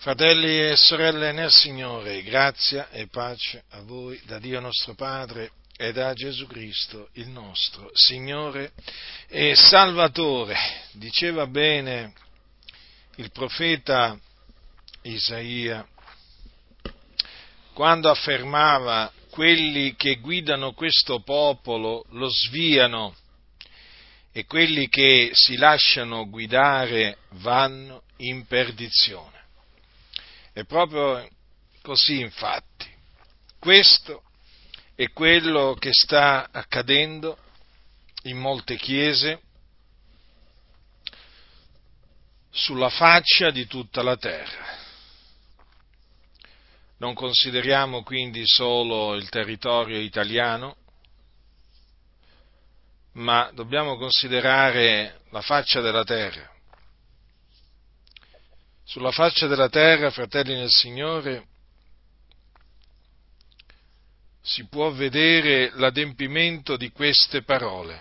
Fratelli e sorelle nel Signore, grazia e pace a voi da Dio nostro Padre e da Gesù Cristo, il nostro Signore e Salvatore. Diceva bene il profeta Isaia quando affermava: quelli che guidano questo popolo lo sviano e quelli che si lasciano guidare vanno in perdizione. È proprio così, infatti. Questo è quello che sta accadendo in molte chiese sulla faccia di tutta la terra. Non consideriamo quindi solo il territorio italiano, ma dobbiamo considerare la faccia della terra. Sulla faccia della terra, fratelli nel Signore, si può vedere l'adempimento di queste parole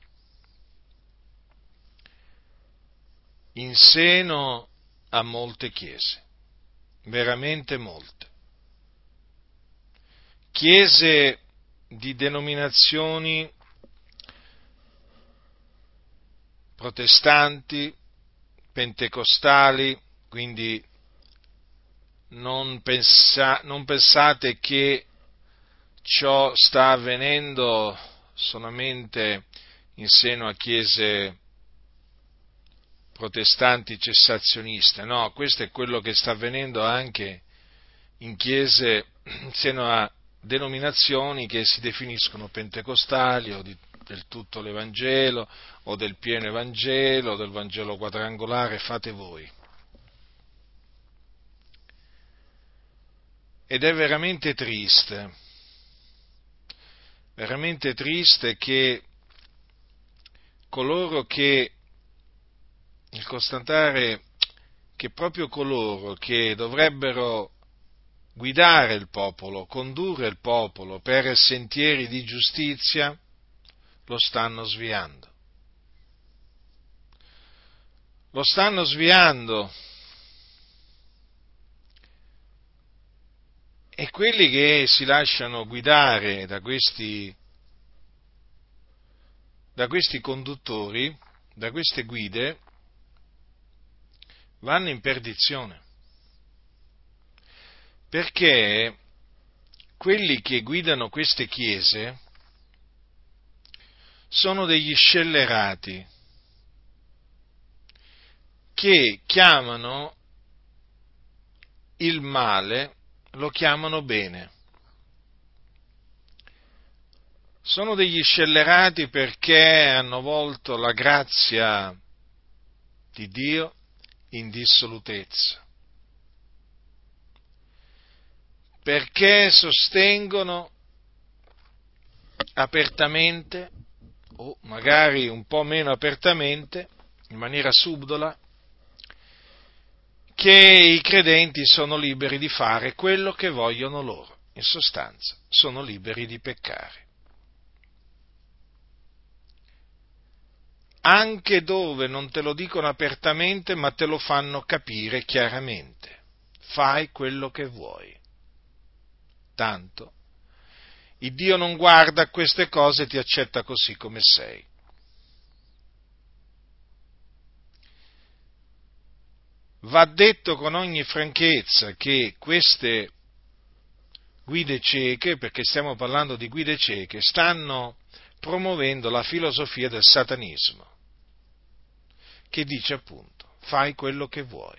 in seno a molte chiese, veramente molte. Chiese di denominazioni protestanti, pentecostali, quindi non pensate che ciò sta avvenendo solamente in seno a chiese protestanti cessazioniste, no, questo è quello che sta avvenendo anche in chiese, in seno a denominazioni che si definiscono pentecostali o del tutto l'Evangelo o del pieno Evangelo o del Vangelo quadrangolare, fate voi. Ed è veramente triste che coloro che, il constatare che proprio coloro che dovrebbero guidare il popolo, condurre il popolo per sentieri di giustizia, lo stanno sviando. Lo stanno sviando. E quelli che si lasciano guidare da questi conduttori, da queste guide, vanno in perdizione. Perché quelli che guidano queste chiese sono degli scellerati che chiamano il male, lo chiamano bene. Sono degli scellerati perché hanno volto la grazia di Dio in dissolutezza, perché sostengono apertamente, o magari un po' meno apertamente, in maniera subdola, che i credenti sono liberi di fare quello che vogliono loro. In sostanza, sono liberi di peccare. Anche dove non te lo dicono apertamente, ma te lo fanno capire chiaramente. Fai quello che vuoi. Tanto il Dio non guarda a queste cose e ti accetta così come sei. Va detto con ogni franchezza che queste guide cieche, perché stiamo parlando di guide cieche, stanno promuovendo la filosofia del satanismo, che dice appunto: fai quello che vuoi.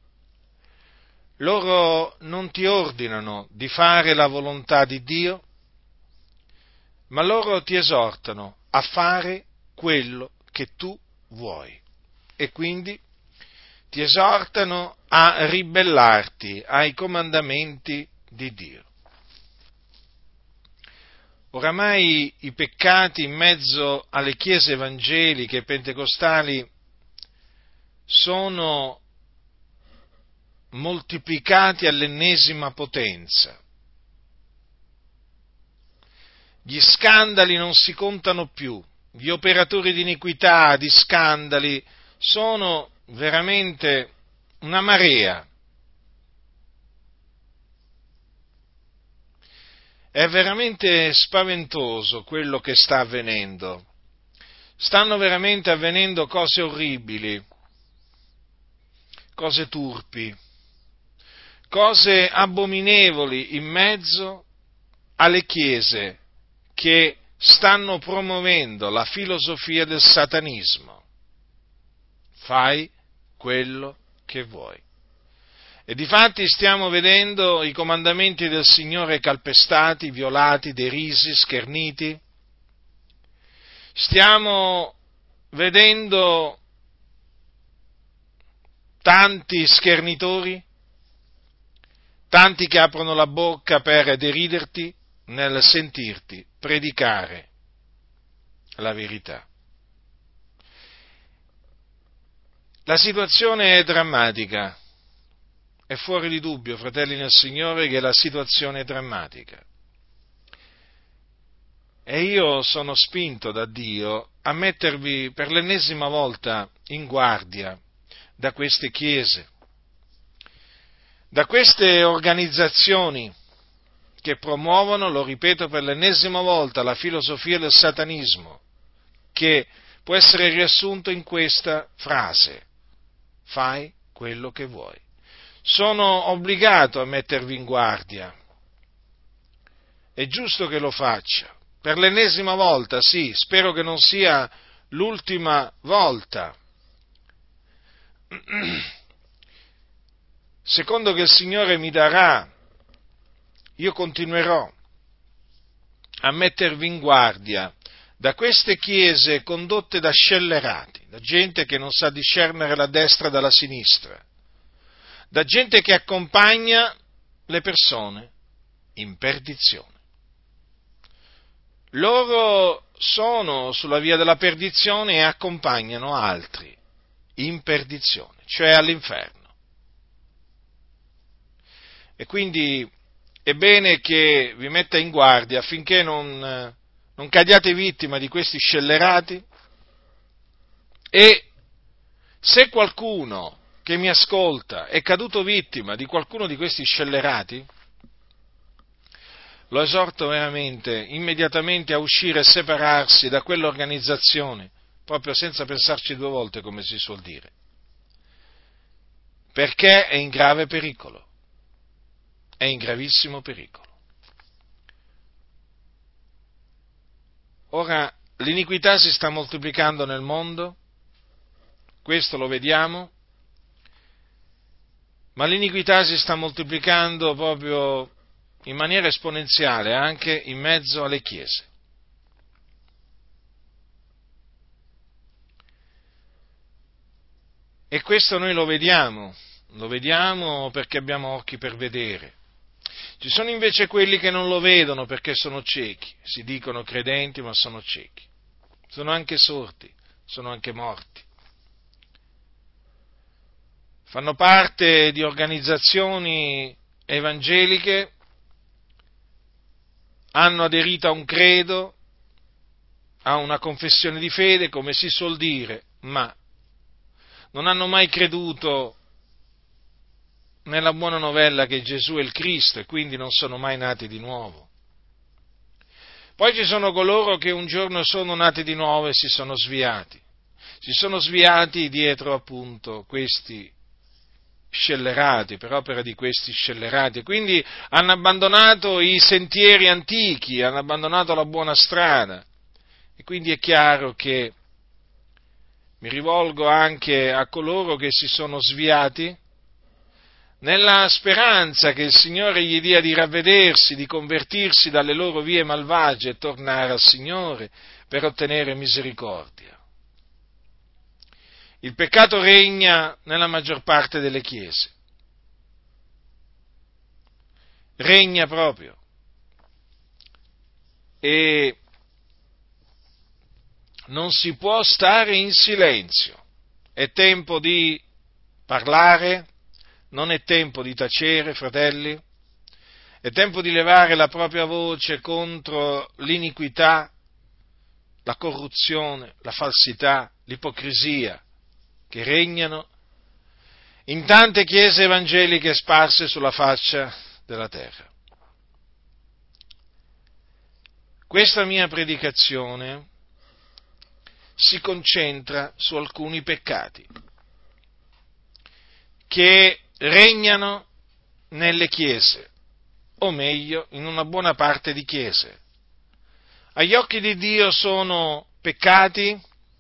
Loro non ti ordinano di fare la volontà di Dio, ma loro ti esortano a fare quello che tu vuoi. E quindi ti esortano a ribellarti ai comandamenti di Dio. Oramai i peccati in mezzo alle chiese evangeliche e pentecostali sono moltiplicati all'ennesima potenza. Gli scandali non si contano più, gli operatori di iniquità, di scandali, sono veramente una marea. È veramente spaventoso quello che sta avvenendo. Stanno veramente avvenendo cose orribili, cose turpi, cose abominevoli in mezzo alle chiese che stanno promuovendo la filosofia del satanismo. Fai quello che vuoi. E difatti stiamo vedendo i comandamenti del Signore calpestati, violati, derisi, scherniti. Stiamo vedendo tanti schernitori, tanti che aprono la bocca per deriderti nel sentirti predicare la verità. La situazione è drammatica, è fuori di dubbio, fratelli nel Signore, che la situazione è drammatica. E io sono spinto da Dio a mettervi per l'ennesima volta in guardia da queste chiese, da queste organizzazioni che promuovono, lo ripeto per l'ennesima volta, la filosofia del satanismo, che può essere riassunto in questa frase: fai quello che vuoi. Sono obbligato a mettervi in guardia, è giusto che lo faccia, per l'ennesima volta, sì, spero che non sia l'ultima volta. Secondo che il Signore mi darà, io continuerò a mettervi in guardia da queste chiese condotte da scellerati, da gente che non sa discernere la destra dalla sinistra, da gente che accompagna le persone in perdizione. Loro sono sulla via della perdizione e accompagnano altri in perdizione, cioè all'inferno. E quindi è bene che vi metta in guardia affinché non cadiate vittima di questi scellerati, e se qualcuno che mi ascolta è caduto vittima di qualcuno di questi scellerati, lo esorto veramente immediatamente a uscire e separarsi da quell'organizzazione, proprio senza pensarci due volte, come si suol dire, perché è in grave pericolo, è in gravissimo pericolo. Ora, l'iniquità si sta moltiplicando nel mondo, questo lo vediamo, ma l'iniquità si sta moltiplicando proprio in maniera esponenziale anche in mezzo alle chiese. E questo noi lo vediamo perché abbiamo occhi per vedere. Ci sono invece quelli che non lo vedono perché sono ciechi, si dicono credenti ma sono ciechi, sono anche sordi, sono anche morti. Fanno parte di organizzazioni evangeliche, hanno aderito a un credo, a una confessione di fede, come si suol dire, ma non hanno mai creduto nella buona novella che Gesù è il Cristo e quindi non sono mai nati di nuovo. Poi ci sono coloro che un giorno sono nati di nuovo e si sono sviati dietro appunto questi scellerati, per opera di questi scellerati, quindi hanno abbandonato i sentieri antichi, hanno abbandonato la buona strada, e quindi è chiaro che mi rivolgo anche a coloro che si sono sviati nella speranza che il Signore gli dia di ravvedersi, di convertirsi dalle loro vie malvagie e tornare al Signore per ottenere misericordia. Il peccato regna nella maggior parte delle chiese. Regna proprio. E non si può stare in silenzio. È tempo di parlare, non è tempo di tacere, fratelli. È tempo di levare la propria voce contro l'iniquità, la corruzione, la falsità, l'ipocrisia che regnano in tante chiese evangeliche sparse sulla faccia della terra. questa mia predicazione si concentra su alcuni peccati che regnano nelle chiese, o meglio, in una buona parte di chiese. Agli occhi di Dio sono peccati,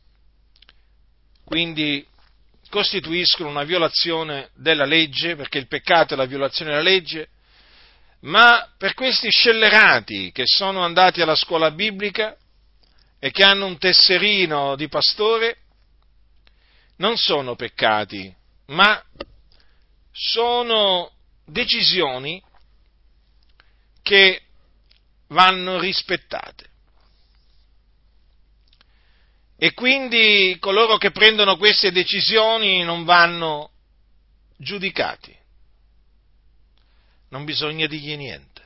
quindi costituiscono una violazione della legge, perché il peccato è la violazione della legge, ma per questi scellerati che sono andati alla scuola biblica e che hanno un tesserino di pastore, non sono peccati, ma sono decisioni che vanno rispettate. E quindi coloro che prendono queste decisioni non vanno giudicati. Non bisogna dirgli niente.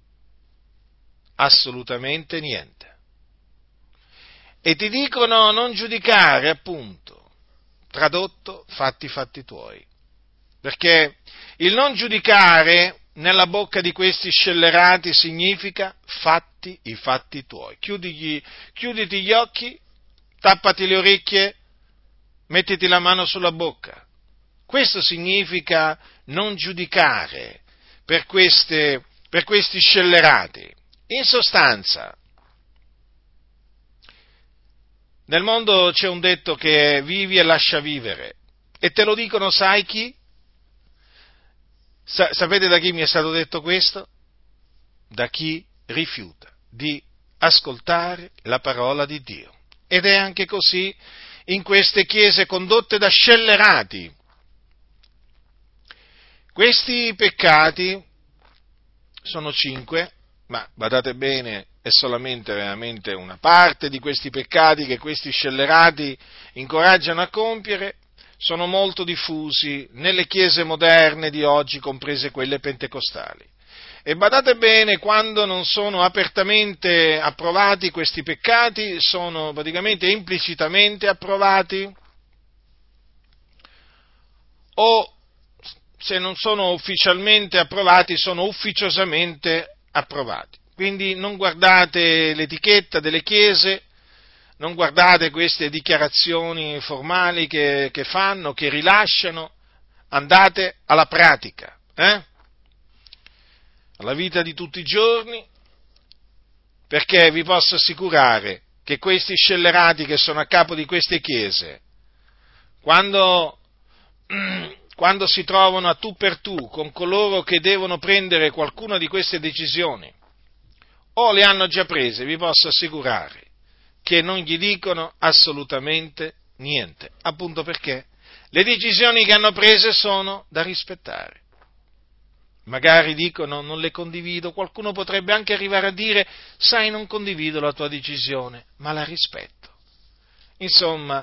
Assolutamente niente. E ti dicono non giudicare, appunto. Tradotto, fatti i fatti tuoi. Perché il non giudicare nella bocca di questi scellerati significa fatti i fatti tuoi. Chiuditi gli occhi, tappati le orecchie, mettiti la mano sulla bocca. Questo significa non giudicare per questi scellerati. In sostanza, nel mondo c'è un detto che è vivi e lascia vivere, e te lo dicono, sai chi? Sapete da chi mi è stato detto questo? Da chi rifiuta di ascoltare la parola di Dio. Ed è anche così in queste chiese condotte da scellerati. Questi peccati sono 5, ma badate bene, è solamente veramente una parte di questi peccati che questi scellerati incoraggiano a compiere. Sono molto diffusi nelle chiese moderne di oggi, comprese quelle pentecostali. E badate bene, quando non sono apertamente approvati questi peccati, sono praticamente implicitamente approvati, o se non sono ufficialmente approvati, sono ufficiosamente approvati. Quindi non guardate l'etichetta delle chiese, non guardate queste dichiarazioni formali che fanno, che rilasciano, andate alla pratica, alla vita di tutti i giorni, perché vi posso assicurare che questi scellerati che sono a capo di queste chiese, quando si trovano a tu per tu con coloro che devono prendere qualcuna di queste decisioni, o le hanno già prese, vi posso assicurare che non gli dicono assolutamente niente, appunto perché le decisioni che hanno prese sono da rispettare. Magari dicono non le condivido, qualcuno potrebbe anche arrivare a dire sai, non condivido la tua decisione, ma la rispetto. Insomma,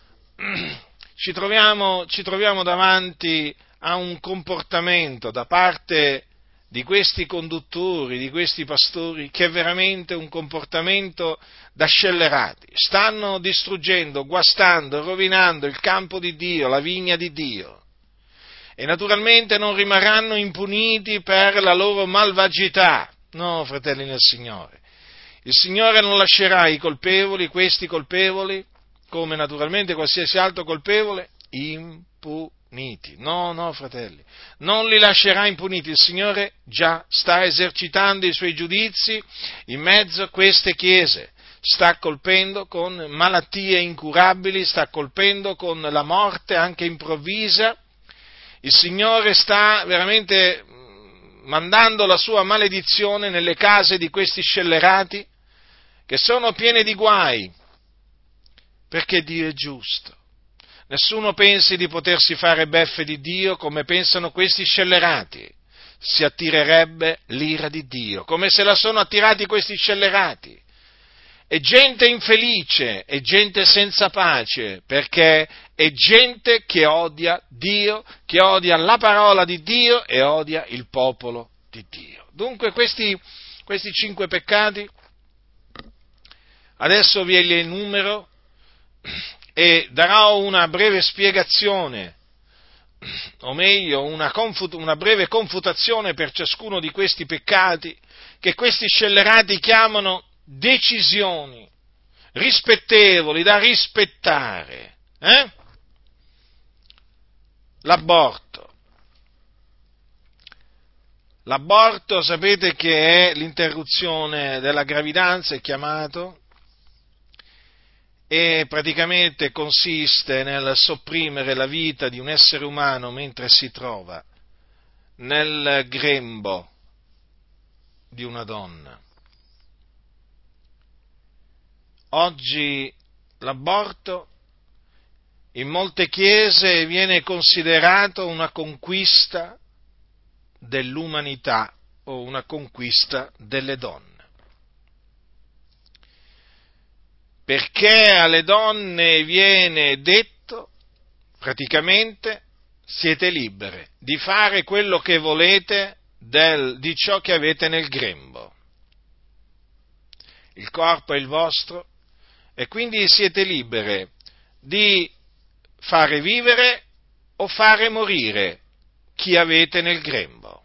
ci troviamo davanti a un comportamento da parte di questi conduttori, di questi pastori, che è veramente un comportamento da scellerati. Stanno distruggendo, guastando, rovinando il campo di Dio, la vigna di Dio. E naturalmente non rimarranno impuniti per la loro malvagità. No, fratelli nel Signore. Il Signore non lascerà i colpevoli, questi colpevoli, come naturalmente qualsiasi altro colpevole, impuniti. No, fratelli, non li lascerà impuniti. Il Signore già sta esercitando i suoi giudizi in mezzo a queste chiese. Sta colpendo con malattie incurabili, sta colpendo con la morte anche improvvisa. Il Signore sta veramente mandando la sua maledizione nelle case di questi scellerati che sono piene di guai, perché Dio è giusto. Nessuno pensi di potersi fare beffe di Dio come pensano questi scellerati. Si attirerebbe l'ira di Dio, come se la sono attirati questi scellerati. È gente infelice, è gente senza pace, perché è gente che odia Dio, che odia la parola di Dio e odia il popolo di Dio. Dunque questi 5 peccati, adesso vi li enumero e darò una breve spiegazione, o meglio una breve confutazione per ciascuno di questi peccati che questi scellerati chiamano decisioni rispettevoli, da rispettare. L'aborto. L'aborto, sapete che è l'interruzione della gravidanza, è chiamato, e praticamente consiste nel sopprimere la vita di un essere umano mentre si trova nel grembo di una donna. Oggi l'aborto in molte chiese viene considerato una conquista dell'umanità o una conquista delle donne. Perché alle donne viene detto, praticamente, siete libere di fare quello che volete di ciò che avete nel grembo. Il corpo è il vostro e quindi siete libere di fare vivere o fare morire chi avete nel grembo.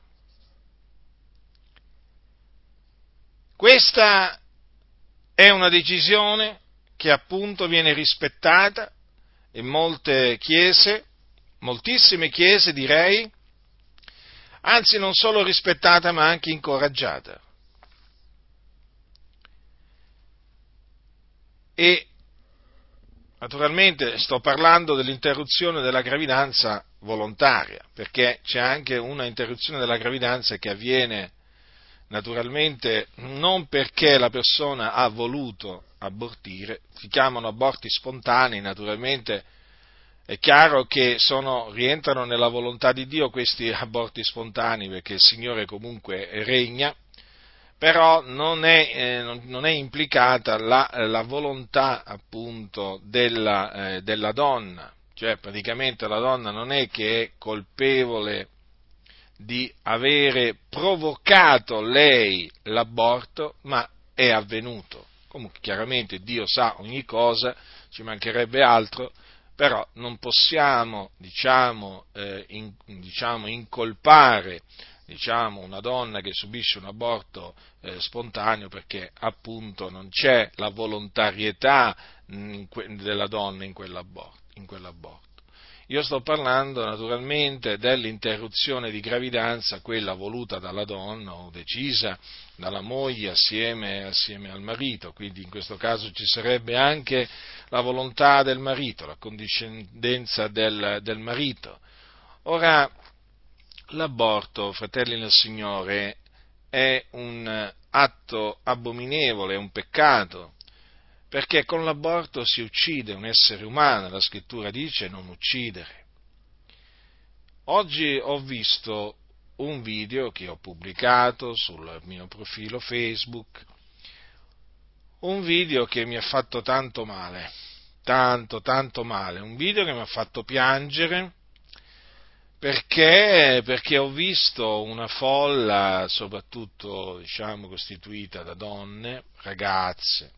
Questa è una decisione che appunto viene rispettata in molte chiese, moltissime chiese direi, anzi non solo rispettata ma anche incoraggiata. E naturalmente sto parlando dell'interruzione della gravidanza volontaria, perché c'è anche una interruzione della gravidanza che avviene naturalmente non perché la persona ha voluto abortire, si chiamano aborti spontanei, naturalmente è chiaro che rientrano nella volontà di Dio questi aborti spontanei, perché il Signore comunque regna, però non è implicata la volontà appunto della donna, cioè praticamente la donna non è che è colpevole di avere provocato lei l'aborto, ma è avvenuto. Comunque chiaramente Dio sa ogni cosa, ci mancherebbe altro, però non possiamo incolpare una donna che subisce un aborto spontaneo, perché appunto non c'è la volontarietà della donna in quell'aborto. Io sto parlando naturalmente dell'interruzione di gravidanza, quella voluta dalla donna o decisa dalla moglie assieme al marito, quindi in questo caso ci sarebbe anche la volontà del marito, la condiscendenza del marito. Ora, l'aborto, fratelli nel Signore, è un atto abominevole, è un peccato, perché con l'aborto si uccide un essere umano, la Scrittura dice non uccidere. Oggi ho visto un video che ho pubblicato sul mio profilo Facebook, un video che mi ha fatto tanto male, tanto male, un video che mi ha fatto piangere, perché ho visto una folla, soprattutto costituita da donne, ragazze,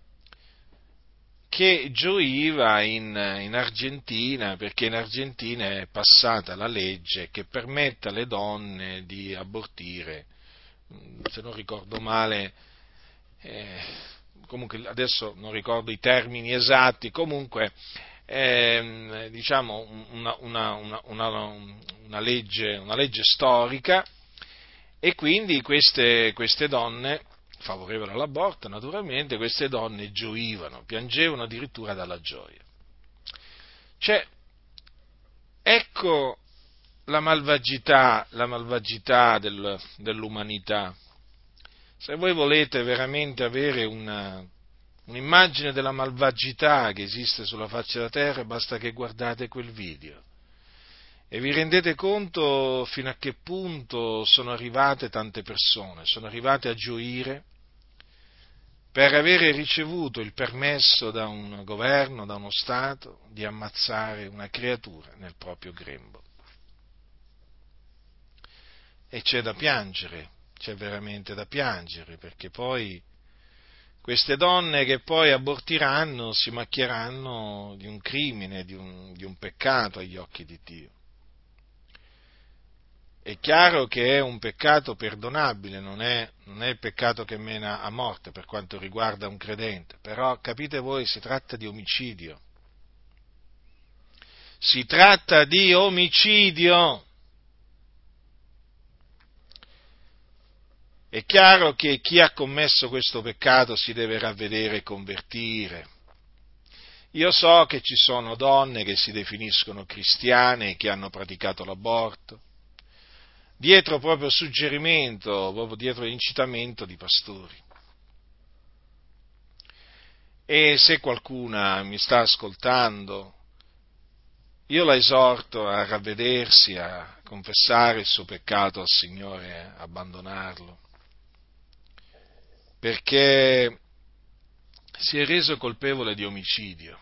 che gioiva in Argentina, perché in Argentina è passata la legge che permette alle donne di abortire, se non ricordo male, comunque adesso non ricordo i termini esatti, comunque una legge storica, e quindi queste donne, favorevoli all'aborto naturalmente, queste donne gioivano, piangevano addirittura dalla gioia. Cioè, ecco la malvagità dell'umanità. Se voi volete veramente avere un'immagine della malvagità che esiste sulla faccia della terra, basta che guardate quel video e vi rendete conto fino a che punto sono arrivate tante persone, sono arrivate a gioire per avere ricevuto il permesso da un governo, da uno Stato, di ammazzare una creatura nel proprio grembo. E c'è da piangere, c'è veramente da piangere, perché poi queste donne che poi abortiranno si macchieranno di un crimine, di un peccato agli occhi di Dio. È chiaro che è un peccato perdonabile, non è il peccato che mena a morte per quanto riguarda un credente, però capite voi, si tratta di omicidio. Si tratta di omicidio. È chiaro che chi ha commesso questo peccato si deve ravvedere e convertire. Io so che ci sono donne che si definiscono cristiane e che hanno praticato l'aborto, dietro proprio suggerimento, proprio dietro incitamento di pastori. E se qualcuna mi sta ascoltando, io la esorto a ravvedersi, a confessare il suo peccato al Signore, a abbandonarlo, perché si è reso colpevole di omicidio.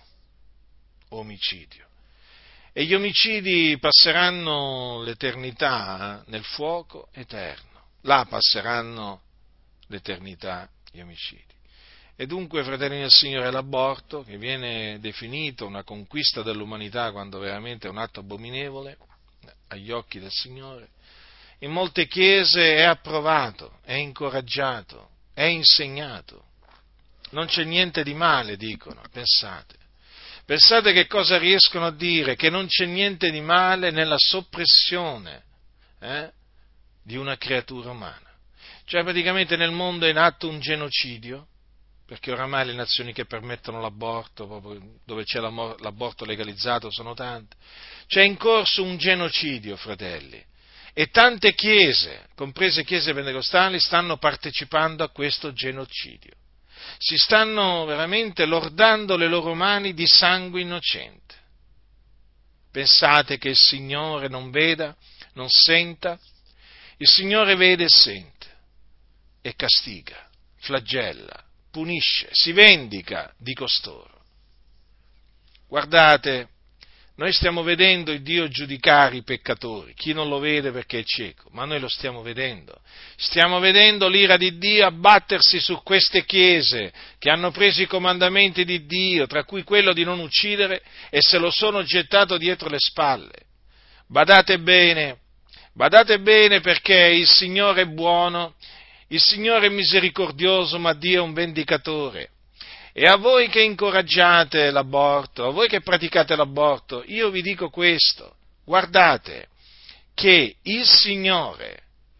E gli omicidi passeranno l'eternità nel fuoco eterno. Là passeranno l'eternità gli omicidi. E dunque, fratelli del Signore, l'aborto, che viene definito una conquista dell'umanità quando veramente è un atto abominevole agli occhi del Signore, in molte chiese è approvato, è incoraggiato, è insegnato. Non c'è niente di male, dicono, pensate. Pensate che cosa riescono a dire? Che non c'è niente di male nella soppressione di una creatura umana. Cioè praticamente nel mondo è in atto un genocidio, perché oramai le nazioni che permettono l'aborto, proprio dove c'è l'aborto legalizzato, sono tante. C'è in corso un genocidio, fratelli, e tante chiese, comprese chiese pentecostali, stanno partecipando a questo genocidio. Si stanno veramente lordando le loro mani di sangue innocente. Pensate che il Signore non veda, non senta? Il Signore vede e sente e castiga, flagella, punisce, si vendica di costoro. Guardate, noi stiamo vedendo il Dio giudicare i peccatori, chi non lo vede perché è cieco, ma noi lo stiamo vedendo. Stiamo vedendo l'ira di Dio abbattersi su queste chiese che hanno preso i comandamenti di Dio, tra cui quello di non uccidere, e se lo sono gettato dietro le spalle. Badate bene perché il Signore è buono, il Signore è misericordioso, ma Dio è un vendicatore. E a voi che incoraggiate l'aborto, a voi che praticate l'aborto, io vi dico questo: guardate che il Signore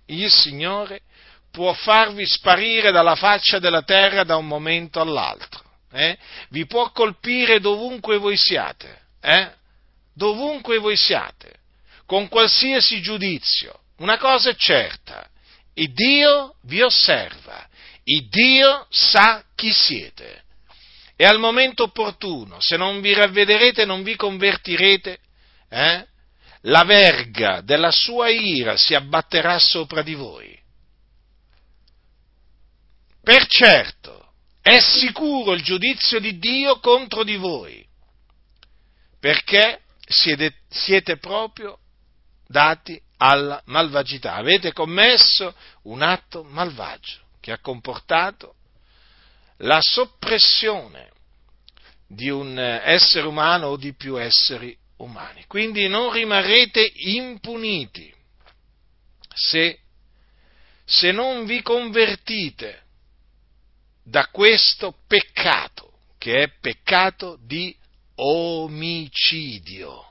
può farvi sparire dalla faccia della terra da un momento all'altro, vi può colpire dovunque voi siate, dovunque voi siate, con qualsiasi giudizio. Una cosa è certa: il Dio vi osserva, il Dio sa chi siete. E al momento opportuno, se non vi ravvederete, non vi convertirete, la verga della sua ira si abbatterà sopra di voi. Per certo, è sicuro il giudizio di Dio contro di voi, perché siete proprio dati alla malvagità. Avete commesso un atto malvagio che ha comportato la soppressione di un essere umano o di più esseri umani. Quindi non rimarrete impuniti se non vi convertite da questo peccato, che è peccato di omicidio.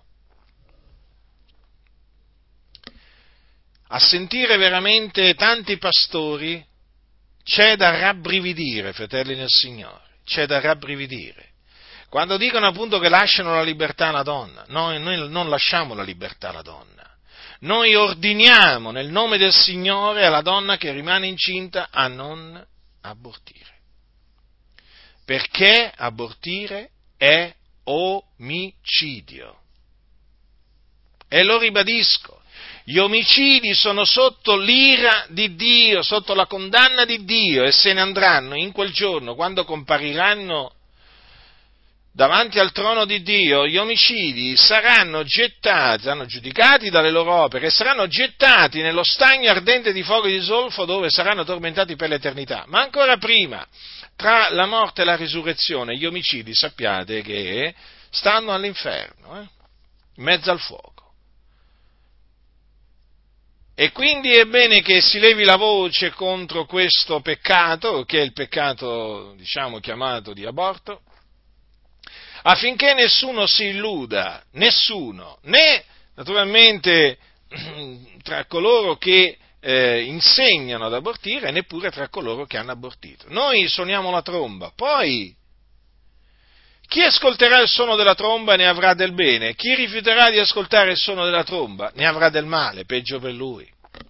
A sentire veramente tanti pastori c'è da rabbrividire, fratelli nel Signore, c'è da rabbrividire. Quando dicono appunto che lasciano la libertà alla donna, noi non lasciamo la libertà alla donna, noi ordiniamo nel nome del Signore alla donna che rimane incinta a non abortire, perché abortire è omicidio. E lo ribadisco, gli omicidi sono sotto l'ira di Dio, sotto la condanna di Dio, e se ne andranno in quel giorno, quando compariranno davanti al trono di Dio. Gli omicidi saranno giudicati dalle loro opere e saranno gettati nello stagno ardente di fuoco e di zolfo, dove saranno tormentati per l'eternità. Ma ancora prima, tra la morte e la risurrezione, gli omicidi sappiate che stanno all'inferno, in mezzo al fuoco. E quindi è bene che si levi la voce contro questo peccato, che è il peccato, diciamo, chiamato di aborto, affinché nessuno si illuda, nessuno, né naturalmente tra coloro che insegnano ad abortire, neppure tra coloro che hanno abortito. Noi suoniamo la tromba, poi chi ascolterà il suono della tromba ne avrà del bene, chi rifiuterà di ascoltare il suono della tromba ne avrà del male, peggio per lui.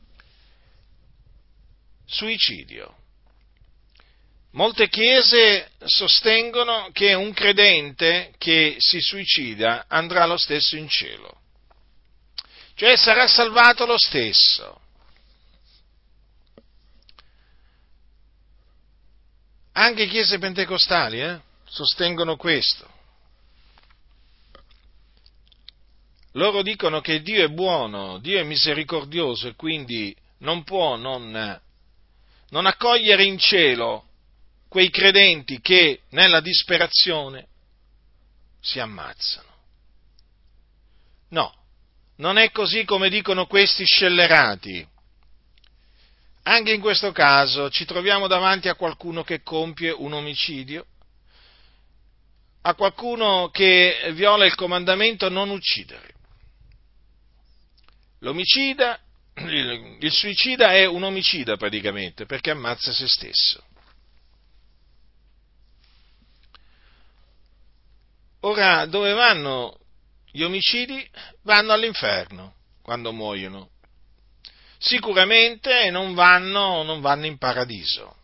Suicidio. Molte chiese sostengono che un credente che si suicida andrà lo stesso in cielo, cioè sarà salvato lo stesso. Anche chiese pentecostali sostengono questo. Loro dicono che Dio è buono, Dio è misericordioso e quindi non può non accogliere in cielo quei credenti che nella disperazione si ammazzano. No, non è così come dicono questi scellerati. Anche in questo caso ci troviamo davanti a qualcuno che compie un omicidio, a qualcuno che viola il comandamento non uccidere. Il suicida è un omicida praticamente, perché ammazza se stesso. Ora, dove vanno gli omicidi? Vanno all'inferno quando muoiono. Sicuramente non vanno in paradiso.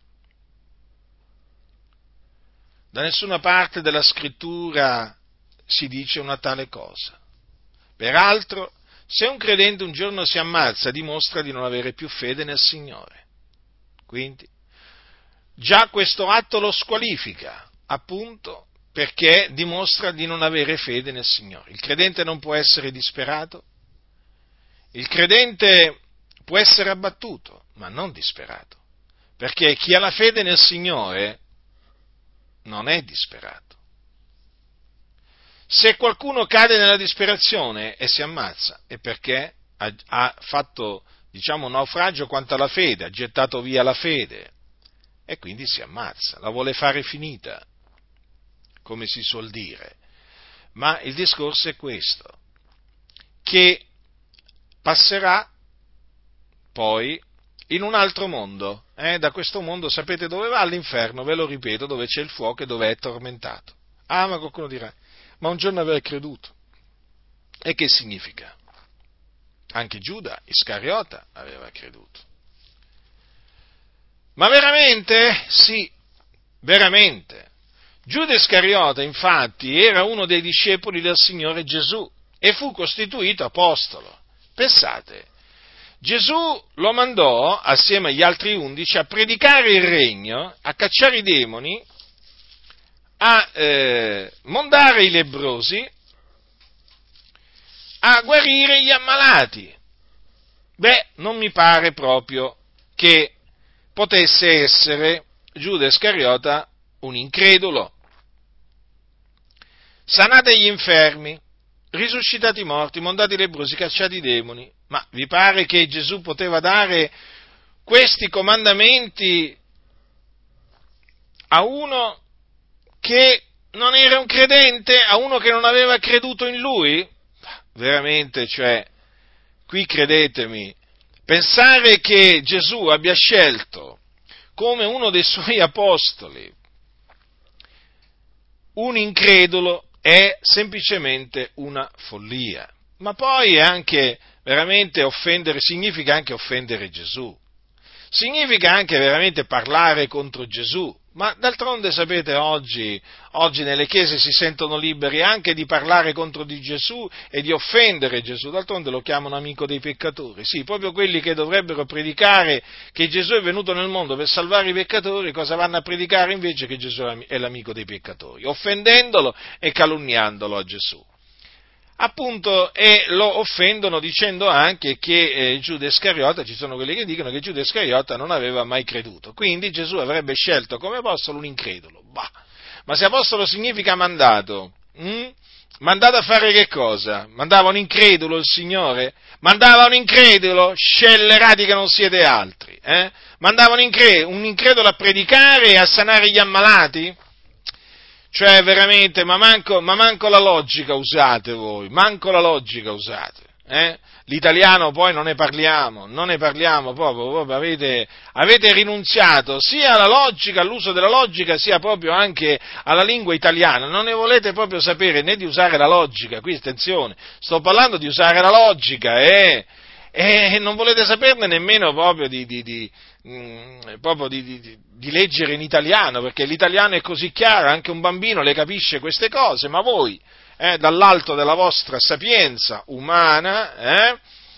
Da nessuna parte della scrittura si dice una tale cosa. Peraltro, se un credente un giorno si ammazza, dimostra di non avere più fede nel Signore. Quindi, già questo atto lo squalifica, appunto, perché dimostra di non avere fede nel Signore. Il credente non può essere disperato, il credente può essere abbattuto, ma non disperato, perché chi ha la fede nel Signore non è disperato. Se qualcuno cade nella disperazione e si ammazza, è perché ha fatto, diciamo, un naufragio quanto alla fede, ha gettato via la fede e quindi si ammazza, la vuole fare finita, come si suol dire. Ma il discorso è questo, che passerà poi in un altro mondo, da questo mondo sapete dove va? All'inferno, ve lo ripeto, dove c'è il fuoco e dove è tormentato. Ah, ma qualcuno dirà, ma un giorno aver creduto. E che significa? Anche Giuda Iscariota aveva creduto. Ma veramente? Sì, veramente. Giuda Iscariota, infatti, era uno dei discepoli del Signore Gesù e fu costituito apostolo. Pensate, Gesù lo mandò, assieme agli altri 11, a predicare il regno, a cacciare i demoni, a mondare i lebbrosi, a guarire gli ammalati. Beh, non mi pare proprio che potesse essere Giuda Iscariota un incredulo. Sanate gli infermi, risuscitati i morti, mondati i lebbrosi, cacciati i demoni. Ma vi pare che Gesù poteva dare questi comandamenti a uno che non era un credente, a uno che non aveva creduto in Lui? Veramente, cioè, qui credetemi, pensare che Gesù abbia scelto come uno dei suoi apostoli un incredulo è semplicemente una follia. Ma poi è anche veramente significa anche offendere Gesù. Significa anche veramente parlare contro Gesù. Ma d'altronde sapete, oggi nelle chiese si sentono liberi anche di parlare contro di Gesù e di offendere Gesù. D'altronde lo chiamano amico dei peccatori. Sì, proprio quelli che dovrebbero predicare che Gesù è venuto nel mondo per salvare i peccatori, cosa vanno a predicare invece? Che Gesù è l'amico dei peccatori, offendendolo e calunniandolo a Gesù. Appunto, e lo offendono dicendo anche che Giuda Iscariota, ci sono quelli che dicono che Giuda Iscariota non aveva mai creduto, quindi Gesù avrebbe scelto come apostolo un incredulo. Bah, ma se apostolo significa mandato, Mandato a fare che cosa? Mandava un incredulo il Signore? Mandava un incredulo? Scellerati che non siete altri, Mandava un incredulo a predicare e a sanare gli ammalati? Cioè, veramente, ma manco la logica usate voi, manco la logica usate, L'italiano poi non ne parliamo proprio avete rinunziato sia alla logica, all'uso della logica, sia proprio anche alla lingua italiana, non ne volete proprio sapere né di usare la logica, qui attenzione, sto parlando di usare la logica, e non volete saperne nemmeno proprio di leggere in italiano, perché l'italiano è così chiaro, anche un bambino le capisce queste cose, ma voi, dall'alto della vostra sapienza umana,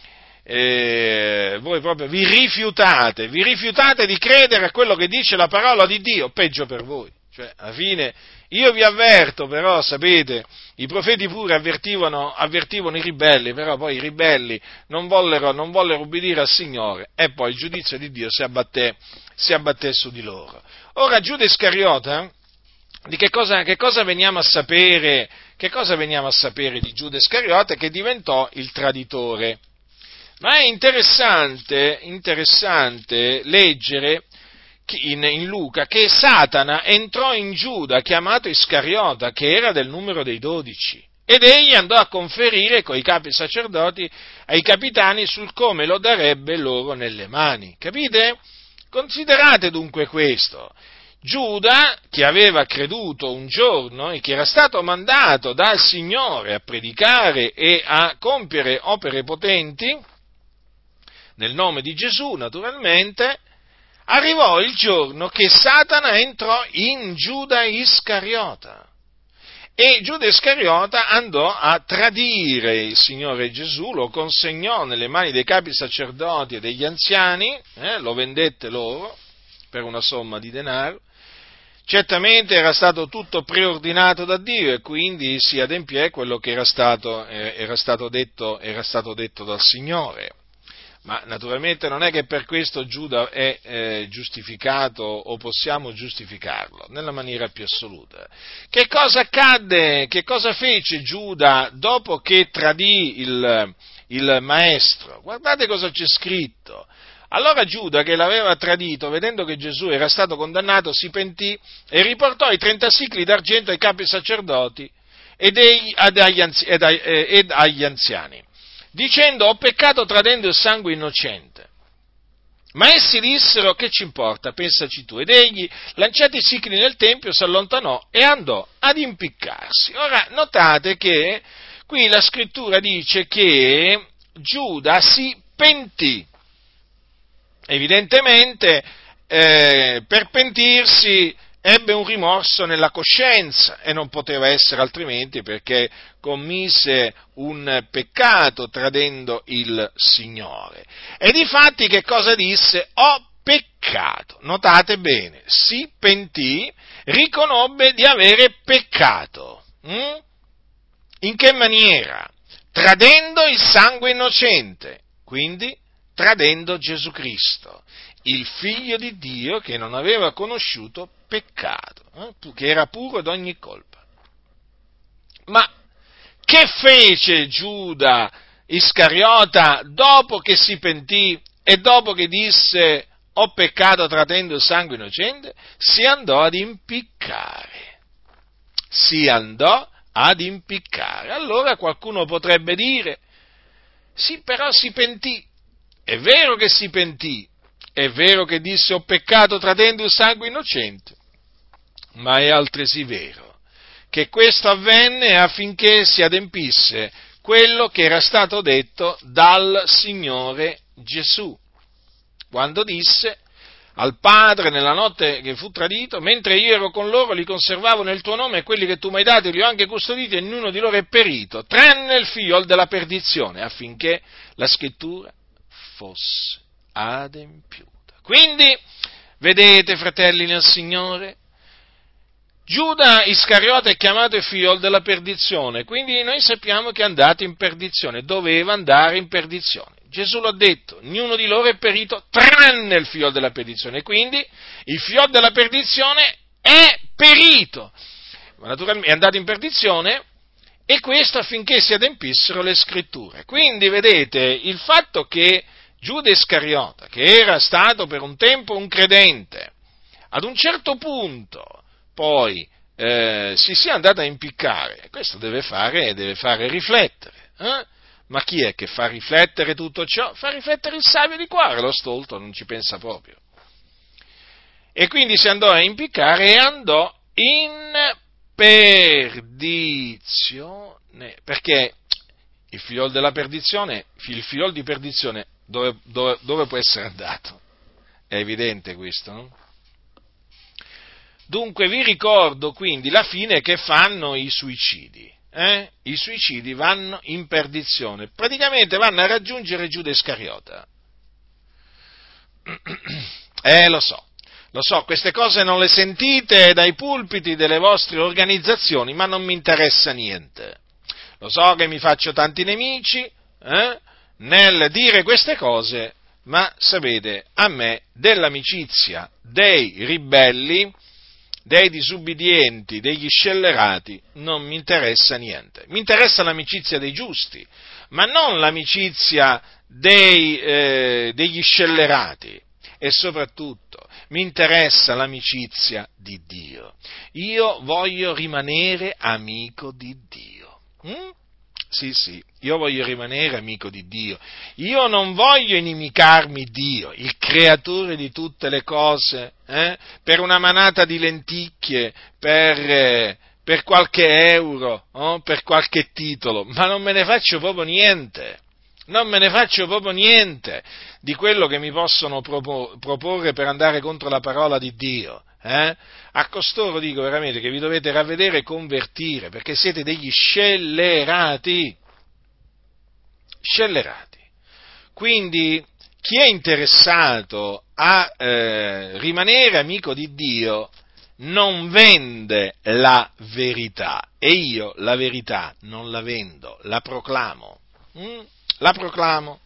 voi proprio vi rifiutate di credere a quello che dice la parola di Dio, peggio per voi. Cioè, alla fine, io vi avverto, però, sapete, i profeti pure avvertivano i ribelli, però poi i ribelli non vollero ubbidire al Signore, e poi il giudizio di Dio si abbatté su di loro. Ora, Giuda Iscariota, di che cosa veniamo a sapere di Giuda Iscariota? Che diventò il traditore. Ma è interessante leggere in Luca che Satana entrò in Giuda, chiamato Iscariota, che era del numero dei 12, ed egli andò a conferire coi capi sacerdoti ai capitani sul come lo darebbe loro nelle mani. Capite? Considerate dunque questo. Giuda, che aveva creduto un giorno e che era stato mandato dal Signore a predicare e a compiere opere potenti, nel nome di Gesù naturalmente, arrivò il giorno che Satana entrò in Giuda Iscariota, e Giuda Iscariota andò a tradire il Signore Gesù, lo consegnò nelle mani dei capi sacerdoti e degli anziani, lo vendette loro per una somma di denaro. Certamente era stato tutto preordinato da Dio, e quindi si adempiè quello che era stato detto dal Signore. Ma naturalmente non è che per questo Giuda è giustificato o possiamo giustificarlo nella maniera più assoluta. Che cosa accadde? Che cosa fece Giuda dopo che tradì il maestro? Guardate cosa c'è scritto. Allora Giuda, che l'aveva tradito, vedendo che Gesù era stato condannato, si pentì e riportò i 30 sicli d'argento ai capi sacerdoti ed agli anziani, dicendo: ho peccato tradendo il sangue innocente. Ma essi dissero: che ci importa, pensaci tu. Ed egli, lanciati i sicli nel tempio, si allontanò e andò ad impiccarsi. Ora, notate che qui la scrittura dice che Giuda si pentì. Evidentemente, per pentirsi ebbe un rimorso nella coscienza, e non poteva essere altrimenti, perché commise un peccato tradendo il Signore. E difatti che cosa disse? Ho peccato. Notate bene, si pentì, riconobbe di avere peccato. In che maniera? Tradendo il sangue innocente, quindi tradendo Gesù Cristo, il Figlio di Dio che non aveva conosciuto peccato, che era puro d'ogni colpa. Ma che fece Giuda Iscariota dopo che si pentì e dopo che disse: ho peccato tradendo il sangue innocente? Si andò ad impiccare. Allora qualcuno potrebbe dire: sì, però si pentì. È vero che si pentì, è vero che disse: ho peccato tradendo il sangue innocente, ma è altresì vero che questo avvenne affinché si adempisse quello che era stato detto dal Signore Gesù, quando disse al Padre nella notte che fu tradito: mentre io ero con loro li conservavo nel tuo nome, e quelli che tu mi hai dati li ho anche custoditi, e ognuno di loro è perito, tranne il figlio della perdizione, affinché la scrittura fosse adempiuta. Quindi, vedete, fratelli nel Signore, Giuda Iscariota è chiamato il figlio della perdizione, quindi noi sappiamo che è andato in perdizione, doveva andare in perdizione. Gesù l'ha detto: ognuno di loro è perito tranne il figlio della perdizione, quindi il figlio della perdizione è perito, naturalmente è andato in perdizione, E questo affinché si adempissero le scritture. Quindi, vedete, il fatto che Giuda Iscariota, che era stato per un tempo un credente, ad un certo punto poi si sia andato a impiccare, questo deve fare riflettere. Ma chi è che fa riflettere tutto ciò? Fa riflettere il savio di cuore, lo stolto non ci pensa proprio. E quindi si andò a impiccare e andò in perdizione, perché il figliol della perdizione, il figliol di perdizione, dove può essere andato? È evidente questo, no? Dunque vi ricordo quindi la fine che fanno i suicidi. I suicidi vanno in perdizione, praticamente vanno a raggiungere Giuda Iscariota. Lo so, queste cose non le sentite dai pulpiti delle vostre organizzazioni, ma non mi interessa niente. Lo so che mi faccio tanti nemici nel dire queste cose, ma sapete, a me dell'amicizia dei ribelli, dei disubbidienti, degli scellerati, non mi interessa niente. Mi interessa l'amicizia dei giusti, ma non l'amicizia degli scellerati. E soprattutto mi interessa l'amicizia di Dio. Io voglio rimanere amico di Dio. Sì, io voglio rimanere amico di Dio. Io non voglio inimicarmi Dio, il creatore di tutte le cose, per una manata di lenticchie, per qualche euro, per qualche titolo, ma non me ne faccio proprio niente. Non me ne faccio proprio niente di quello che mi possono proporre per andare contro la parola di Dio. A costoro dico veramente che vi dovete ravvedere e convertire, perché siete degli scellerati. Scellerati. Quindi chi è interessato a rimanere amico di Dio non vende la verità, e io la verità non la vendo, la proclamo. La proclamo.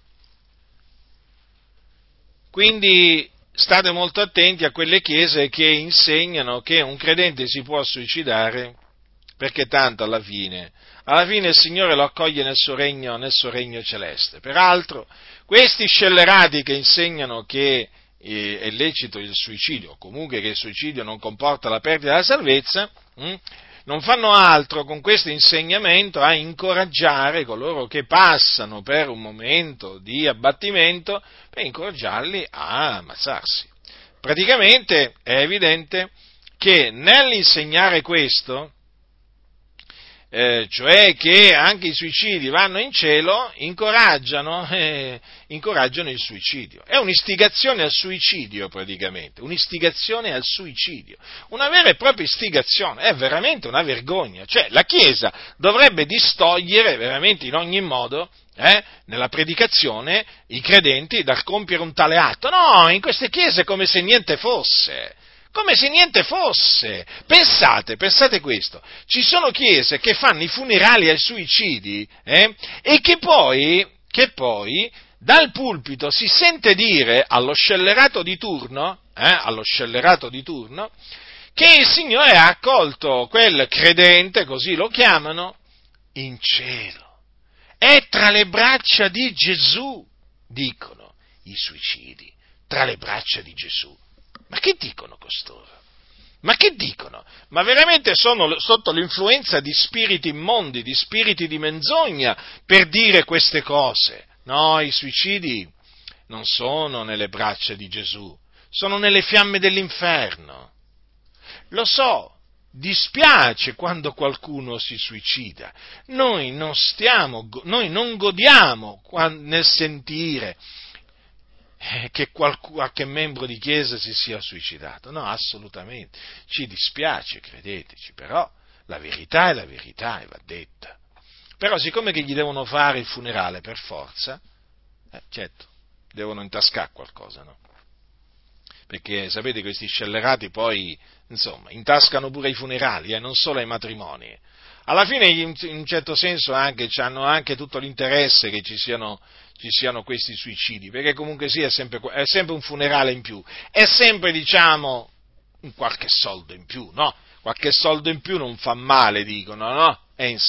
Quindi state molto attenti a quelle chiese che insegnano che un credente si può suicidare perché tanto alla fine il Signore lo accoglie nel suo regno celeste. Peraltro, questi scellerati che insegnano che è lecito il suicidio, o comunque che il suicidio non comporta la perdita della salvezza, non fanno altro con questo insegnamento a incoraggiare coloro che passano per un momento di abbattimento, per incoraggiarli a ammazzarsi. Praticamente è evidente che nell'insegnare questo, cioè che anche i suicidi vanno in cielo, incoraggiano il suicidio. È un'istigazione al suicidio praticamente, un'istigazione al suicidio, una vera e propria istigazione, è veramente una vergogna. Cioè la Chiesa dovrebbe distogliere veramente in ogni modo nella predicazione i credenti dal compiere un tale atto. No, in queste chiese è come se niente fosse. Come se niente fosse. Pensate questo. Ci sono chiese che fanno i funerali ai suicidi e che poi dal pulpito si sente dire allo scellerato di turno, che il Signore ha accolto quel credente, così lo chiamano, in cielo. È tra le braccia di Gesù, dicono i suicidi, tra le braccia di Gesù. Ma che dicono costoro? Ma che dicono? Ma veramente sono sotto l'influenza di spiriti immondi, di spiriti di menzogna per dire queste cose? No, i suicidi non sono nelle braccia di Gesù, sono nelle fiamme dell'inferno. Lo so, dispiace quando qualcuno si suicida. Noi non godiamo nel sentire che qualche membro di chiesa si sia suicidato. No, assolutamente. Ci dispiace, credeteci, però la verità è la verità e va detta. Però siccome che gli devono fare il funerale per forza, certo, devono intascare qualcosa, no? Perché sapete questi scellerati poi, insomma, intascano pure i funerali, non solo ai matrimoni. Alla fine, in un certo senso, hanno anche tutto l'interesse che ci siano questi suicidi, perché comunque sì, è sempre un funerale in più, è sempre, diciamo, un qualche soldo in più, no? Qualche soldo in più non fa male, dicono, no? E insomma,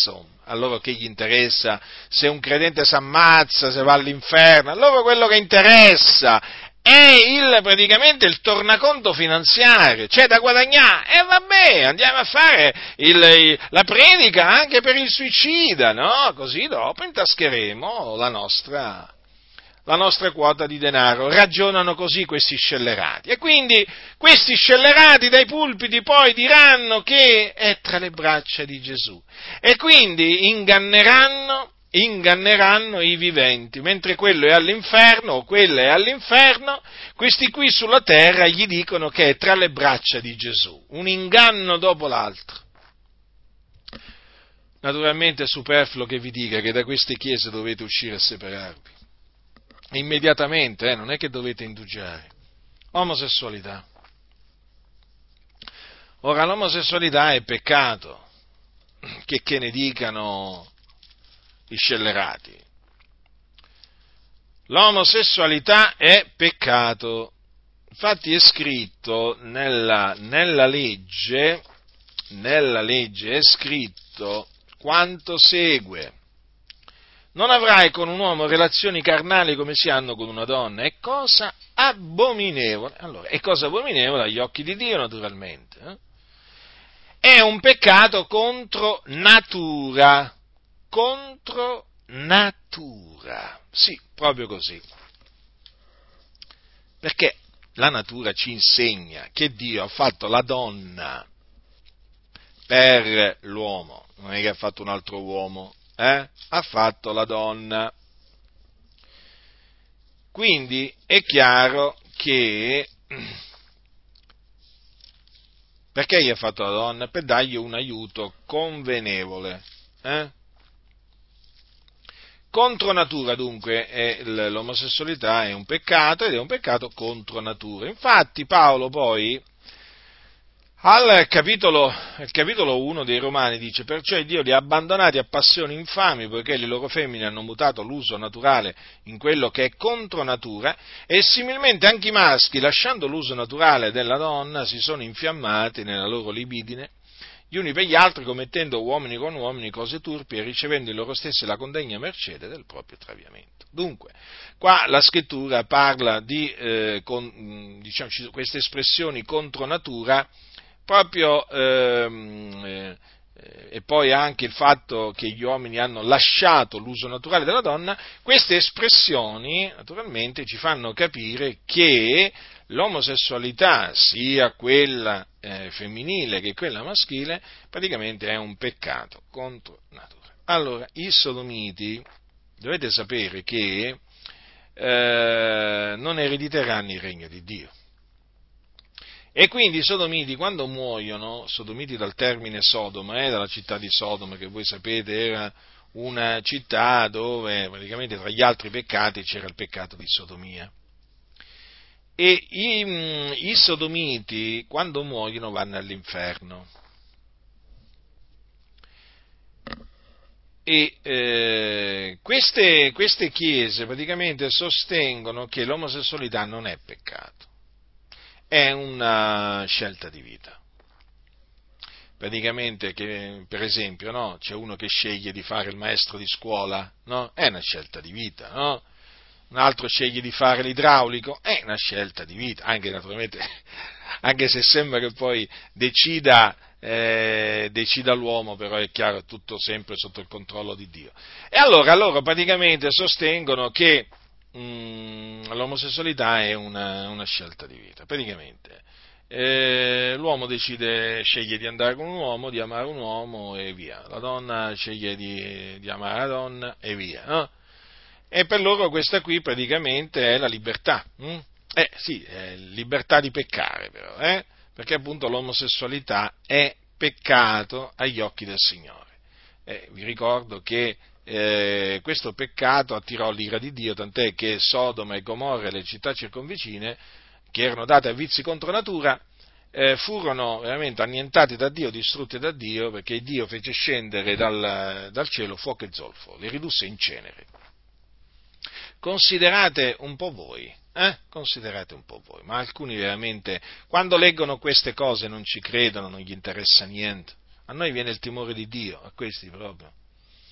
a loro che gli interessa se un credente si ammazza, se va all'inferno, a loro quello che interessa è praticamente il tornaconto finanziario, c'è da guadagnare, e vabbè, andiamo a fare la predica anche per il suicida, no? Così dopo intascheremo la nostra quota di denaro. Ragionano così questi scellerati. E quindi questi scellerati dai pulpiti poi diranno che è tra le braccia di Gesù. E quindi inganneranno i viventi, mentre quello è all'inferno o quella è all'inferno, questi qui sulla terra gli dicono che è tra le braccia di Gesù. Un inganno dopo l'altro. Naturalmente è superfluo che vi dica che da queste chiese dovete uscire e separarvi. Immediatamente, non è che dovete indugiare. Omosessualità. Ora, l'omosessualità è peccato, che ne dicano i scellerati. L'omosessualità è peccato. Infatti è scritto nella legge è scritto quanto segue: non avrai con un uomo relazioni carnali come si hanno con una donna, è cosa abominevole. Allora, è cosa abominevole agli occhi di Dio, naturalmente. È un peccato contro natura. Contro natura. Sì, proprio così. Perché la natura ci insegna che Dio ha fatto la donna per l'uomo, non è che ha fatto un altro uomo, ha fatto la donna. Quindi è chiaro che perché gli ha fatto la donna? Per dargli un aiuto convenevole. Contro natura dunque l'omosessualità è un peccato ed è un peccato contro natura. Infatti Paolo poi al capitolo 1 dei Romani dice: perciò Dio li ha abbandonati a passioni infami, poiché le loro femmine hanno mutato l'uso naturale in quello che è contro natura, e similmente anche i maschi, lasciando l'uso naturale della donna, si sono infiammati nella loro libidine, gli uni per gli altri, commettendo uomini con uomini cose turpi e ricevendo in loro stessi la condegna mercede del proprio traviamento. Dunque, qua la scrittura parla di queste espressioni contro natura, proprio e poi anche il fatto che gli uomini hanno lasciato l'uso naturale della donna. Queste espressioni naturalmente ci fanno capire che l'omosessualità, sia quella femminile che quella maschile, praticamente è un peccato contro natura. Allora, i sodomiti, dovete sapere che non erediteranno il regno di Dio. E quindi i sodomiti, quando muoiono, sodomiti dal termine Sodoma, dalla città di Sodoma, che voi sapete era una città dove praticamente tra gli altri peccati c'era il peccato di sodomia. E i sodomiti, quando muoiono, vanno all'inferno. E queste chiese praticamente sostengono che l'omosessualità non è peccato, è una scelta di vita. Praticamente, che, per esempio, no, c'è uno che sceglie di fare il maestro di scuola, no? È una scelta di vita, no? Un altro sceglie di fare l'idraulico, è una scelta di vita, anche naturalmente, anche se sembra che poi decida l'uomo, però è chiaro, è tutto sempre sotto il controllo di Dio. E allora loro praticamente sostengono che l'omosessualità è una scelta di vita, praticamente. L'uomo sceglie di andare con un uomo, di amare un uomo e via, la donna sceglie di amare la donna e via, no? E per loro questa qui praticamente è la libertà, sì, è libertà di peccare però, perché appunto l'omosessualità è peccato agli occhi del Signore. Vi ricordo che questo peccato attirò l'ira di Dio, tant'è che Sodoma e Gomorra e le città circonvicine, che erano date a vizi contro natura, furono veramente annientati da Dio, distrutti da Dio, perché Dio fece scendere dal cielo fuoco e zolfo, li ridusse in cenere. Considerate un po' voi, ma alcuni veramente, quando leggono queste cose non ci credono, non gli interessa niente. A noi viene il timore di Dio, a questi proprio.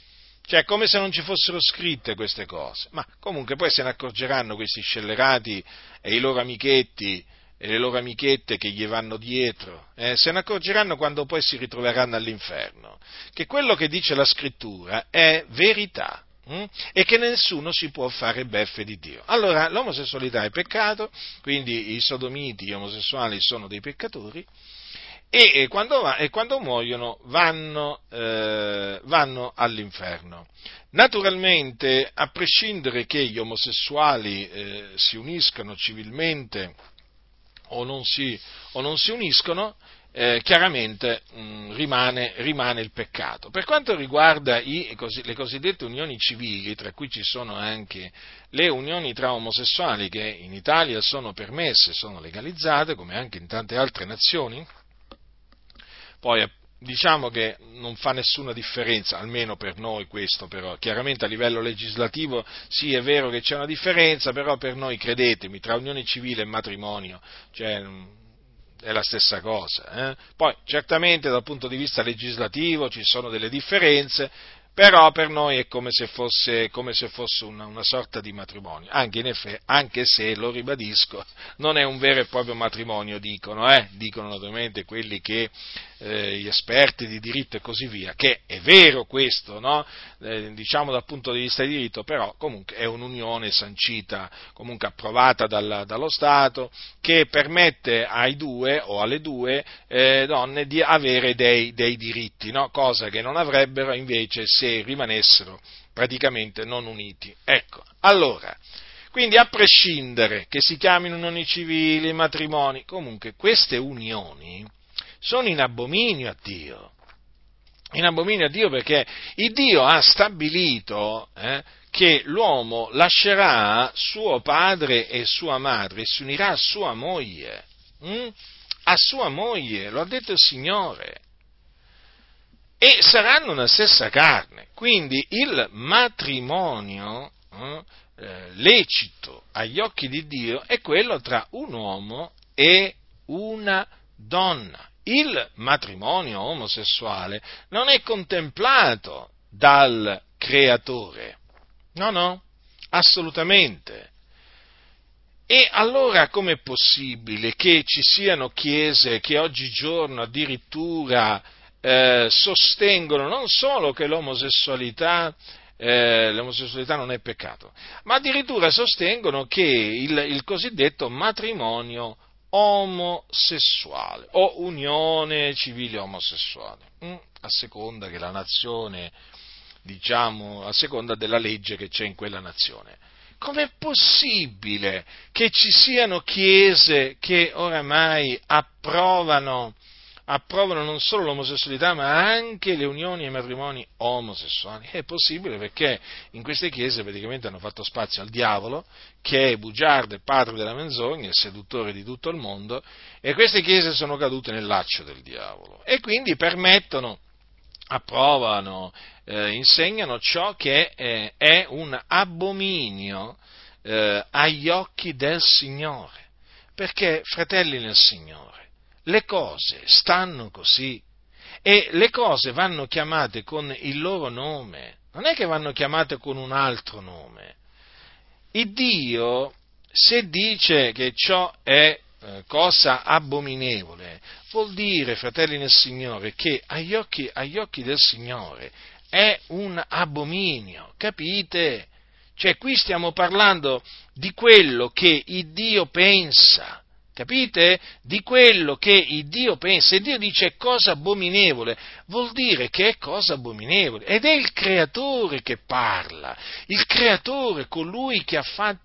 Cioè, come se non ci fossero scritte queste cose. Ma comunque poi se ne accorgeranno questi scellerati e i loro amichetti e le loro amichette che gli vanno dietro, se ne accorgeranno quando poi si ritroveranno all'inferno, che quello che dice la Scrittura è verità. E che nessuno si può fare beffe di Dio. Allora, l'omosessualità è peccato, quindi i sodomiti, gli omosessuali sono dei peccatori, e quando muoiono vanno all'inferno. Naturalmente, a prescindere che gli omosessuali si uniscano civilmente o non si uniscono, chiaramente rimane il peccato. Per quanto riguarda le cosiddette unioni civili, tra cui ci sono anche le unioni tra omosessuali che in Italia sono permesse, sono legalizzate, come anche in tante altre nazioni, poi diciamo che non fa nessuna differenza, almeno per noi questo però, chiaramente a livello legislativo sì è vero che c'è una differenza, però per noi, credetemi, tra unione civile e matrimonio, cioè, è la stessa cosa. Poi certamente dal punto di vista legislativo ci sono delle differenze, però per noi è come se fosse una sorta di matrimonio, anche se, lo ribadisco, non è un vero e proprio matrimonio, dicono naturalmente quelli che, gli esperti di diritto e così via, che è vero questo, no? Diciamo dal punto di vista di diritto, però comunque è un'unione sancita, comunque approvata dallo Stato, che permette ai due o alle due donne di avere dei diritti, no? Cosa che non avrebbero invece se rimanessero praticamente non uniti. Ecco, allora, quindi a prescindere che si chiamino unioni civili, matrimoni, comunque queste unioni sono in abominio a Dio. In abominio a Dio perché il Dio ha stabilito che l'uomo lascerà suo padre e sua madre e si unirà a sua moglie. A sua moglie, lo ha detto il Signore. E saranno una stessa carne. Quindi il matrimonio lecito agli occhi di Dio è quello tra un uomo e una donna. Il matrimonio omosessuale non è contemplato dal Creatore. No, assolutamente. E allora com'è possibile che ci siano chiese che oggigiorno addirittura sostengono non solo che l'omosessualità non è peccato, ma addirittura sostengono che il cosiddetto matrimonio omosessuale o unione civile omosessuale, a seconda che la nazione, diciamo, a seconda della legge che c'è in quella nazione. Com'è possibile che ci siano chiese che oramai approvano non solo l'omosessualità, ma anche le unioni e i matrimoni omosessuali? È possibile perché in queste chiese praticamente hanno fatto spazio al diavolo, che è bugiardo e padre della menzogna, il seduttore di tutto il mondo, e queste chiese sono cadute nel laccio del diavolo. E quindi approvano, insegnano ciò che è un abominio agli occhi del Signore. Perché, fratelli nel Signore, le cose stanno così e le cose vanno chiamate con il loro nome, non è che vanno chiamate con un altro nome. Il Dio, se dice che ciò è cosa abominevole, vuol dire, fratelli nel Signore, che agli occhi del Signore è un abominio, capite? Cioè qui stiamo parlando di quello che il Dio pensa, capite? Di quello che il Dio pensa. E Dio dice cosa abominevole, vuol dire che è cosa abominevole. Ed è il Creatore che parla, il Creatore, colui che ha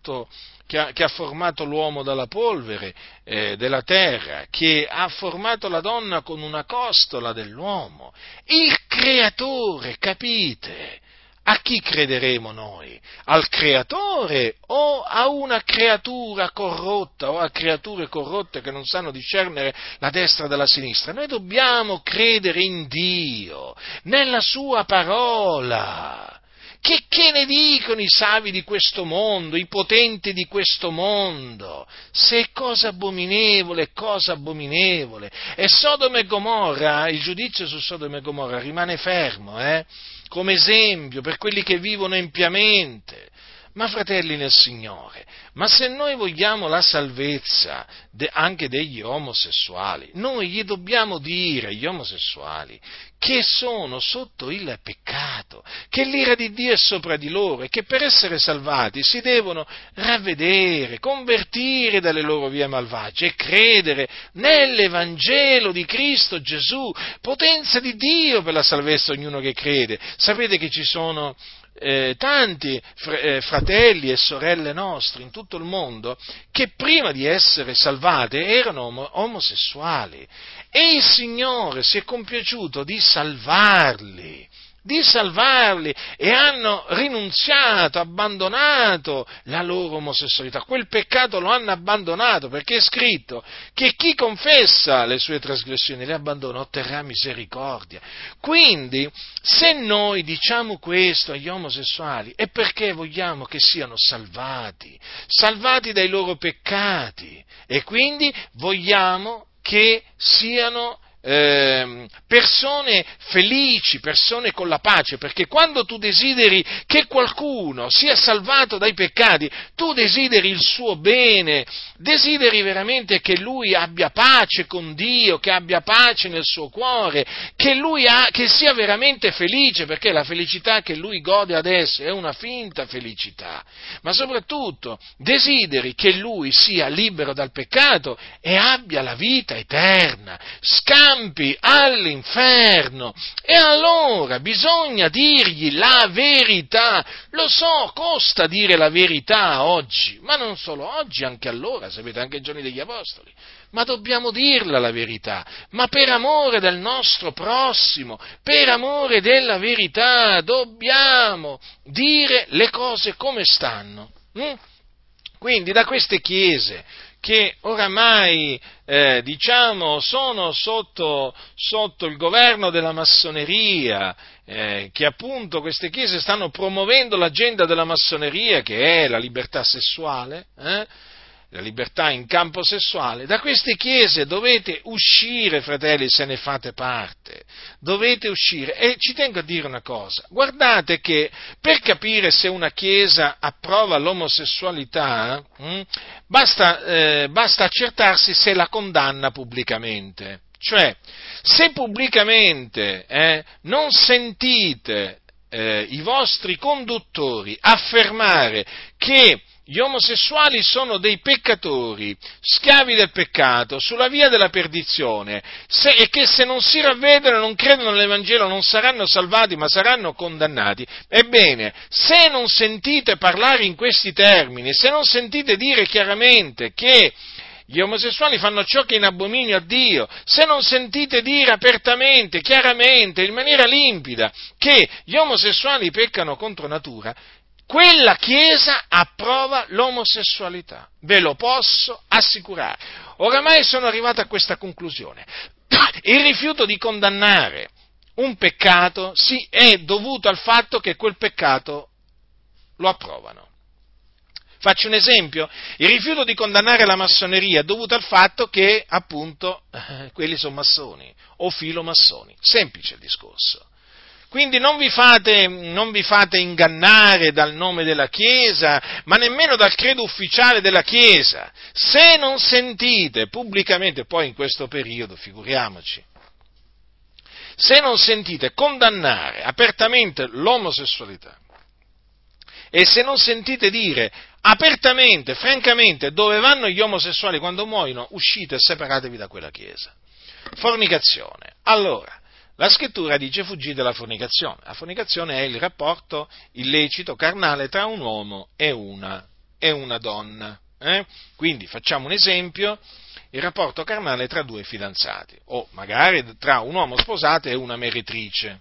formato l'uomo dalla polvere della terra, che ha formato la donna con una costola dell'uomo. Il Creatore, capite? A chi crederemo noi? Al Creatore o a una creatura corrotta o a creature corrotte che non sanno discernere la destra dalla sinistra? Noi dobbiamo credere in Dio, nella Sua parola. Che ne dicono i savi di questo mondo, i potenti di questo mondo? Se è cosa abominevole, è cosa abominevole. E Sodoma e Gomorra, il giudizio su Sodoma e Gomorra rimane fermo, come esempio per quelli che vivono empiamente. Ma fratelli nel Signore, ma se noi vogliamo la salvezza anche degli omosessuali, noi gli dobbiamo dire agli omosessuali che sono sotto il peccato, che l'ira di Dio è sopra di loro e che per essere salvati si devono ravvedere, convertire dalle loro vie malvagie e credere nell'Evangelo di Cristo Gesù, potenza di Dio per la salvezza di ognuno che crede. Sapete che ci sono tanti fratelli e sorelle nostri in tutto il mondo che prima di essere salvate erano omosessuali e il Signore si è compiaciuto di salvarli e hanno rinunziato, abbandonato la loro omosessualità, quel peccato lo hanno abbandonato perché è scritto che chi confessa le sue trasgressioni e le abbandona otterrà misericordia. Quindi se noi diciamo questo agli omosessuali è perché vogliamo che siano salvati dai loro peccati e quindi vogliamo che siano persone felici, persone con la pace, perché quando tu desideri che qualcuno sia salvato dai peccati, tu desideri il suo bene, desideri veramente che lui abbia pace con Dio, che abbia pace nel suo cuore, che sia veramente felice, perché la felicità che lui gode adesso è una finta felicità, ma soprattutto desideri che lui sia libero dal peccato e abbia la vita eterna, scampi all'inferno, e allora bisogna dirgli la verità. Lo so, costa dire la verità oggi, ma non solo oggi, anche allora, sapete, anche ai giorni degli Apostoli, ma dobbiamo dirla la verità, ma per amore del nostro prossimo, per amore della verità, dobbiamo dire le cose come stanno. Quindi da queste chiese che oramai sono sotto il governo della massoneria, che appunto queste chiese stanno promuovendo l'agenda della massoneria, che è la libertà sessuale, la libertà in campo sessuale. Da queste chiese dovete uscire, fratelli, se ne fate parte, dovete uscire. E ci tengo a dire una cosa: guardate che per capire se una chiesa approva l'omosessualità, basta accertarsi se la condanna pubblicamente. Cioè, se pubblicamente non sentite i vostri conduttori affermare che gli omosessuali sono dei peccatori, schiavi del peccato, sulla via della perdizione, e che se non si ravvedono e non credono nell'Evangelo non saranno salvati ma saranno condannati, ebbene, se non sentite parlare in questi termini, se non sentite dire chiaramente che gli omosessuali fanno ciò che è in abominio a Dio, se non sentite dire apertamente, chiaramente, in maniera limpida, che gli omosessuali peccano contro natura, quella Chiesa approva l'omosessualità, ve lo posso assicurare. Oramai sono arrivato a questa conclusione: il rifiuto di condannare un peccato è dovuto al fatto che quel peccato lo approvano. Faccio un esempio: il rifiuto di condannare la massoneria è dovuto al fatto che, appunto, quelli sono massoni o filomassoni, semplice il discorso. Quindi non vi fate ingannare dal nome della Chiesa, ma nemmeno dal credo ufficiale della Chiesa. Se non sentite pubblicamente, poi in questo periodo, figuriamoci, se non sentite condannare apertamente l'omosessualità, e se non sentite dire apertamente, francamente, dove vanno gli omosessuali quando muoiono, uscite e separatevi da quella Chiesa. Fornicazione. Allora, la Scrittura dice: fuggite dalla fornicazione. La fornicazione è il rapporto illecito, carnale, tra un uomo e una donna. Quindi, facciamo un esempio: il rapporto carnale tra due fidanzati, o magari tra un uomo sposato e una meretrice.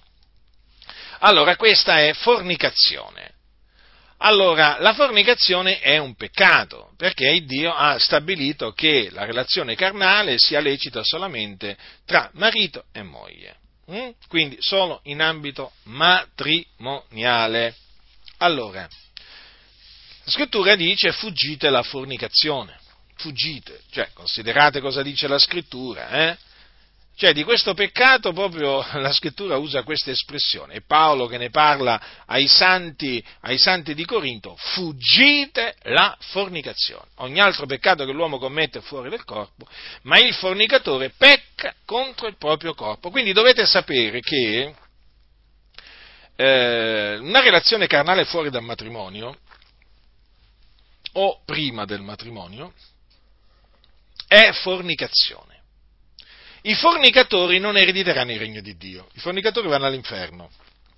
Allora, questa è fornicazione. Allora, la fornicazione è un peccato, perché Dio ha stabilito che la relazione carnale sia lecita solamente tra marito e moglie, quindi solo in ambito matrimoniale. Allora, la Scrittura dice: fuggite la fornicazione, fuggite, cioè considerate cosa dice la Scrittura, Cioè di questo peccato proprio la Scrittura usa questa espressione, è Paolo che ne parla ai santi di Corinto: fuggite la fornicazione. Ogni altro peccato che l'uomo commette è fuori del corpo, ma il fornicatore pecca contro il proprio corpo. Quindi dovete sapere che una relazione carnale fuori dal matrimonio o prima del matrimonio è fornicazione. I fornicatori non erediteranno il regno di Dio, i fornicatori vanno all'inferno.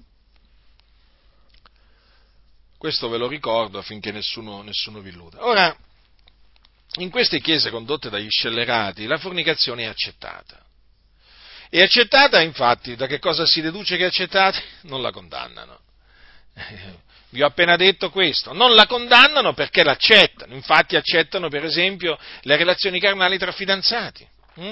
Questo ve lo ricordo affinché nessuno vi illuda. Ora, in queste chiese condotte dagli scellerati, la fornicazione è accettata. È accettata, infatti, da che cosa si deduce che è accettata? Non la condannano. Vi ho appena detto questo, non la condannano perché l'accettano, infatti accettano per esempio le relazioni carnali tra fidanzati.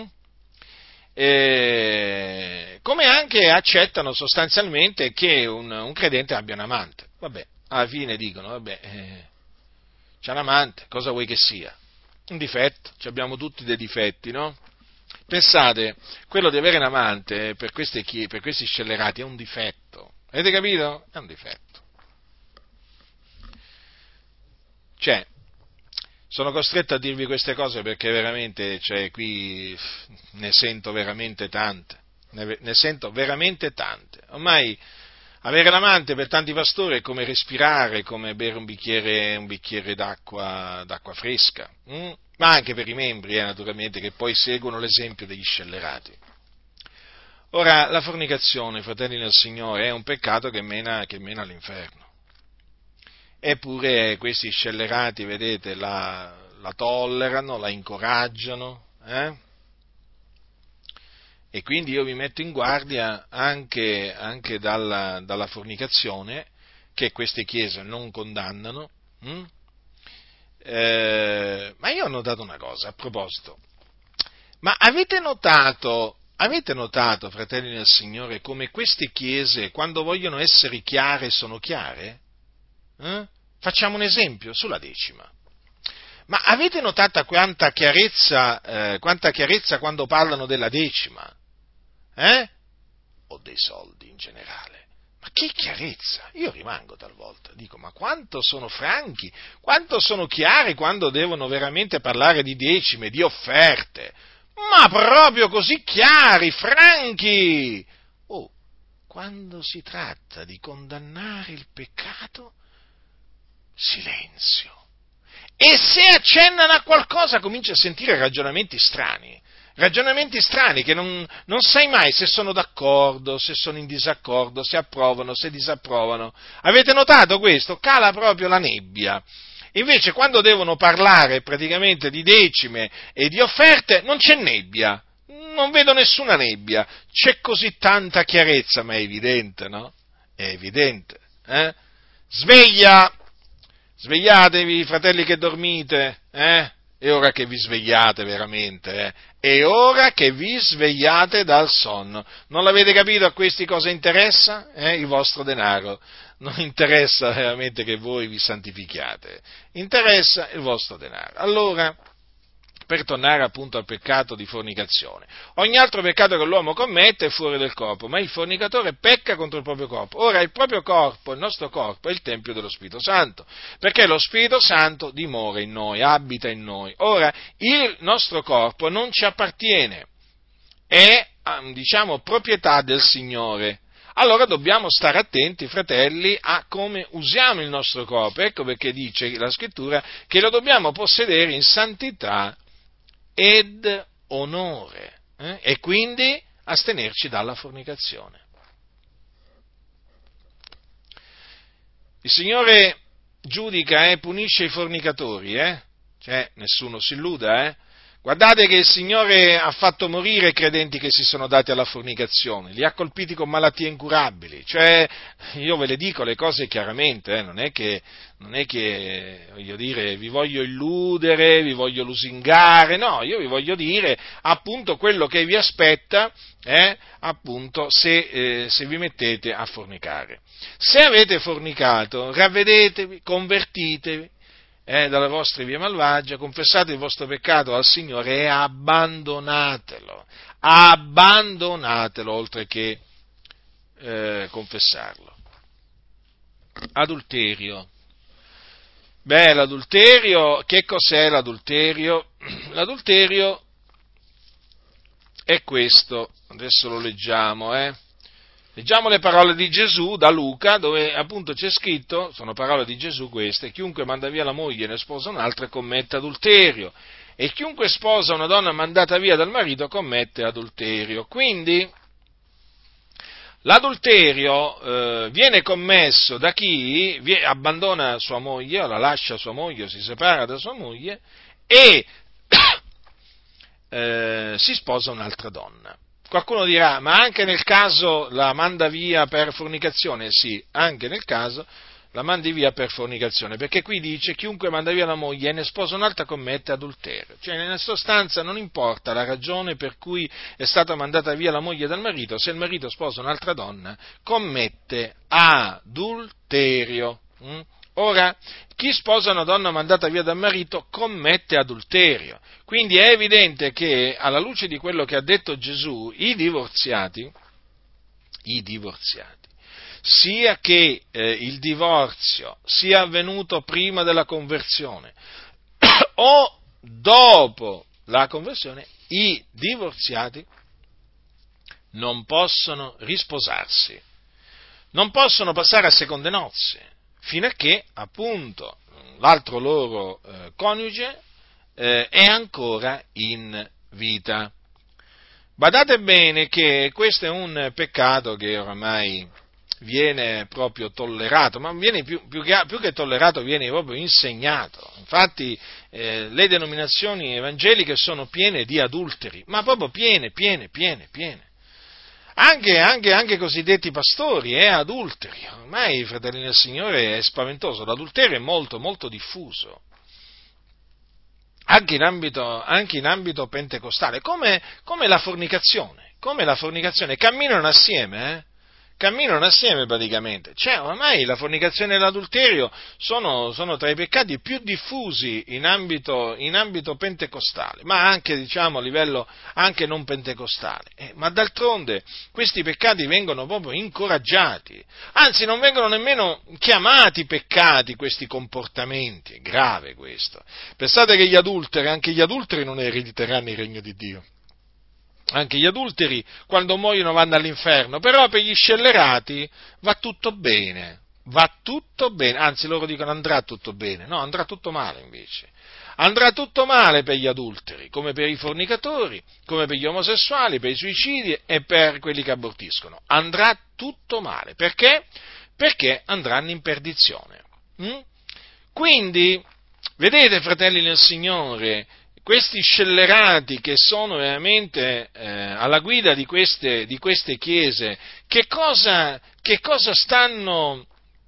Come anche accettano sostanzialmente che un credente abbia un amante. Vabbè, alla fine dicono, c'è un amante, cosa vuoi che sia? Un difetto, abbiamo tutti dei difetti, no? Pensate, quello di avere un amante per questi scellerati è un difetto, avete capito? È un difetto. Cioè, sono costretto a dirvi queste cose perché veramente, qui ne sento veramente tante, Ormai avere l'amante per tanti pastori è come respirare, come bere un bicchiere d'acqua fresca, ma anche per i membri, naturalmente, che poi seguono l'esempio degli scellerati. Ora, la fornicazione, fratelli nel Signore, è un peccato che mena all'inferno. Eppure questi scellerati, vedete, la tollerano, la incoraggiano, E quindi io vi metto in guardia anche dalla fornicazione, che queste chiese non condannano. Ma io ho notato una cosa, a proposito. Ma avete notato, fratelli nel Signore, come queste chiese, quando vogliono essere chiare, sono chiare? Facciamo un esempio sulla decima. Ma avete notato quanta chiarezza quando parlano della decima? O dei soldi in generale? Ma che chiarezza! Io rimango talvolta, dico, ma quanto sono franchi, quanto sono chiari quando devono veramente parlare di decime, di offerte, ma proprio così chiari, franchi! Oh, quando si tratta di condannare il peccato, silenzio. E se accennano a qualcosa cominci a sentire ragionamenti strani che non sai mai se sono d'accordo, se sono in disaccordo, se approvano, se disapprovano. Avete notato questo? Cala proprio la nebbia. Invece quando devono parlare praticamente di decime e di offerte non c'è nebbia, non vedo nessuna nebbia, c'è così tanta chiarezza, ma è evidente, no? È evidente, Svegliatevi, fratelli che dormite, È ora che vi svegliate veramente, È ora che vi svegliate dal sonno. Non l'avete capito a questi cosa interessa? Il vostro denaro. Non interessa veramente che voi vi santifichiate. Interessa il vostro denaro. Allora, per tornare appunto al peccato di fornicazione. Ogni altro peccato che l'uomo commette è fuori del corpo, ma il fornicatore pecca contro il proprio corpo. Ora, il proprio corpo, il nostro corpo, è il Tempio dello Spirito Santo, perché lo Spirito Santo dimora in noi, abita in noi. Ora, il nostro corpo non ci appartiene, è, proprietà del Signore. Allora dobbiamo stare attenti, fratelli, a come usiamo il nostro corpo. Ecco perché dice la Scrittura che lo dobbiamo possedere in santità ed onore, e quindi astenerci dalla fornicazione. Il Signore giudica e punisce i fornicatori, nessuno si illuda, Guardate che il Signore ha fatto morire i credenti che si sono dati alla fornicazione, li ha colpiti con malattie incurabili, io ve le dico le cose chiaramente, non è che voglio dire, vi voglio illudere, vi voglio lusingare, no, io vi voglio dire appunto quello che vi aspetta, appunto se vi mettete a fornicare. Se avete fornicato, ravvedetevi, convertitevi, dalle vostre vie malvagie, confessate il vostro peccato al Signore e abbandonatelo. abbandonatelo, oltre che confessarlo. Adulterio. Beh, l'adulterio, che cos'è l'adulterio? L'adulterio è questo, adesso lo leggiamo, Leggiamo le parole di Gesù da Luca, dove appunto c'è scritto, sono parole di Gesù queste: chiunque manda via la moglie e ne sposa un'altra commette adulterio, e chiunque sposa una donna mandata via dal marito commette adulterio. Quindi l'adulterio viene commesso da chi abbandona sua moglie, o la lascia sua moglie, o si separa da sua moglie, e si sposa un'altra donna. Qualcuno dirà, ma anche nel caso la manda via per fornicazione? Sì, anche nel caso la mandi via per fornicazione, perché qui dice: chiunque manda via la moglie e ne sposa un'altra commette adulterio. Cioè, nella sostanza, non importa la ragione per cui è stata mandata via la moglie dal marito, se il marito sposa un'altra donna, commette adulterio. Ora, chi sposa una donna mandata via dal marito commette adulterio. Quindi è evidente che, alla luce di quello che ha detto Gesù, i divorziati, sia che il divorzio sia avvenuto prima della conversione o dopo la conversione, i divorziati non possono risposarsi, non possono passare a seconde nozze, fino a che, appunto, l'altro loro coniuge è ancora in vita. Badate bene che questo è un peccato che oramai viene proprio tollerato, ma viene più che tollerato, viene proprio insegnato. Infatti le denominazioni evangeliche sono piene di adulteri, ma proprio piene. Anche i cosiddetti pastori adulteri. Ormai, fratelli del Signore, è spaventoso. L'adulterio è molto, molto diffuso. Anche in ambito pentecostale, come la fornicazione, camminano assieme praticamente. Cioè, ormai la fornicazione e l'adulterio sono tra i peccati più diffusi in ambito pentecostale, ma anche, a livello anche non pentecostale. Ma d'altronde questi peccati vengono proprio incoraggiati, anzi non vengono nemmeno chiamati peccati questi comportamenti. È grave questo. Pensate che anche gli adulteri non erediteranno il regno di Dio. Anche gli adulteri, quando muoiono, vanno all'inferno, però per gli scellerati va tutto bene, anzi loro dicono andrà tutto bene, no, andrà tutto male invece. Andrà tutto male per gli adulteri, come per i fornicatori, come per gli omosessuali, per i suicidi e per quelli che abortiscono. Andrà tutto male, perché? Perché andranno in perdizione. Quindi, vedete, fratelli nel Signore, questi scellerati che sono veramente alla guida di queste chiese, che cosa stanno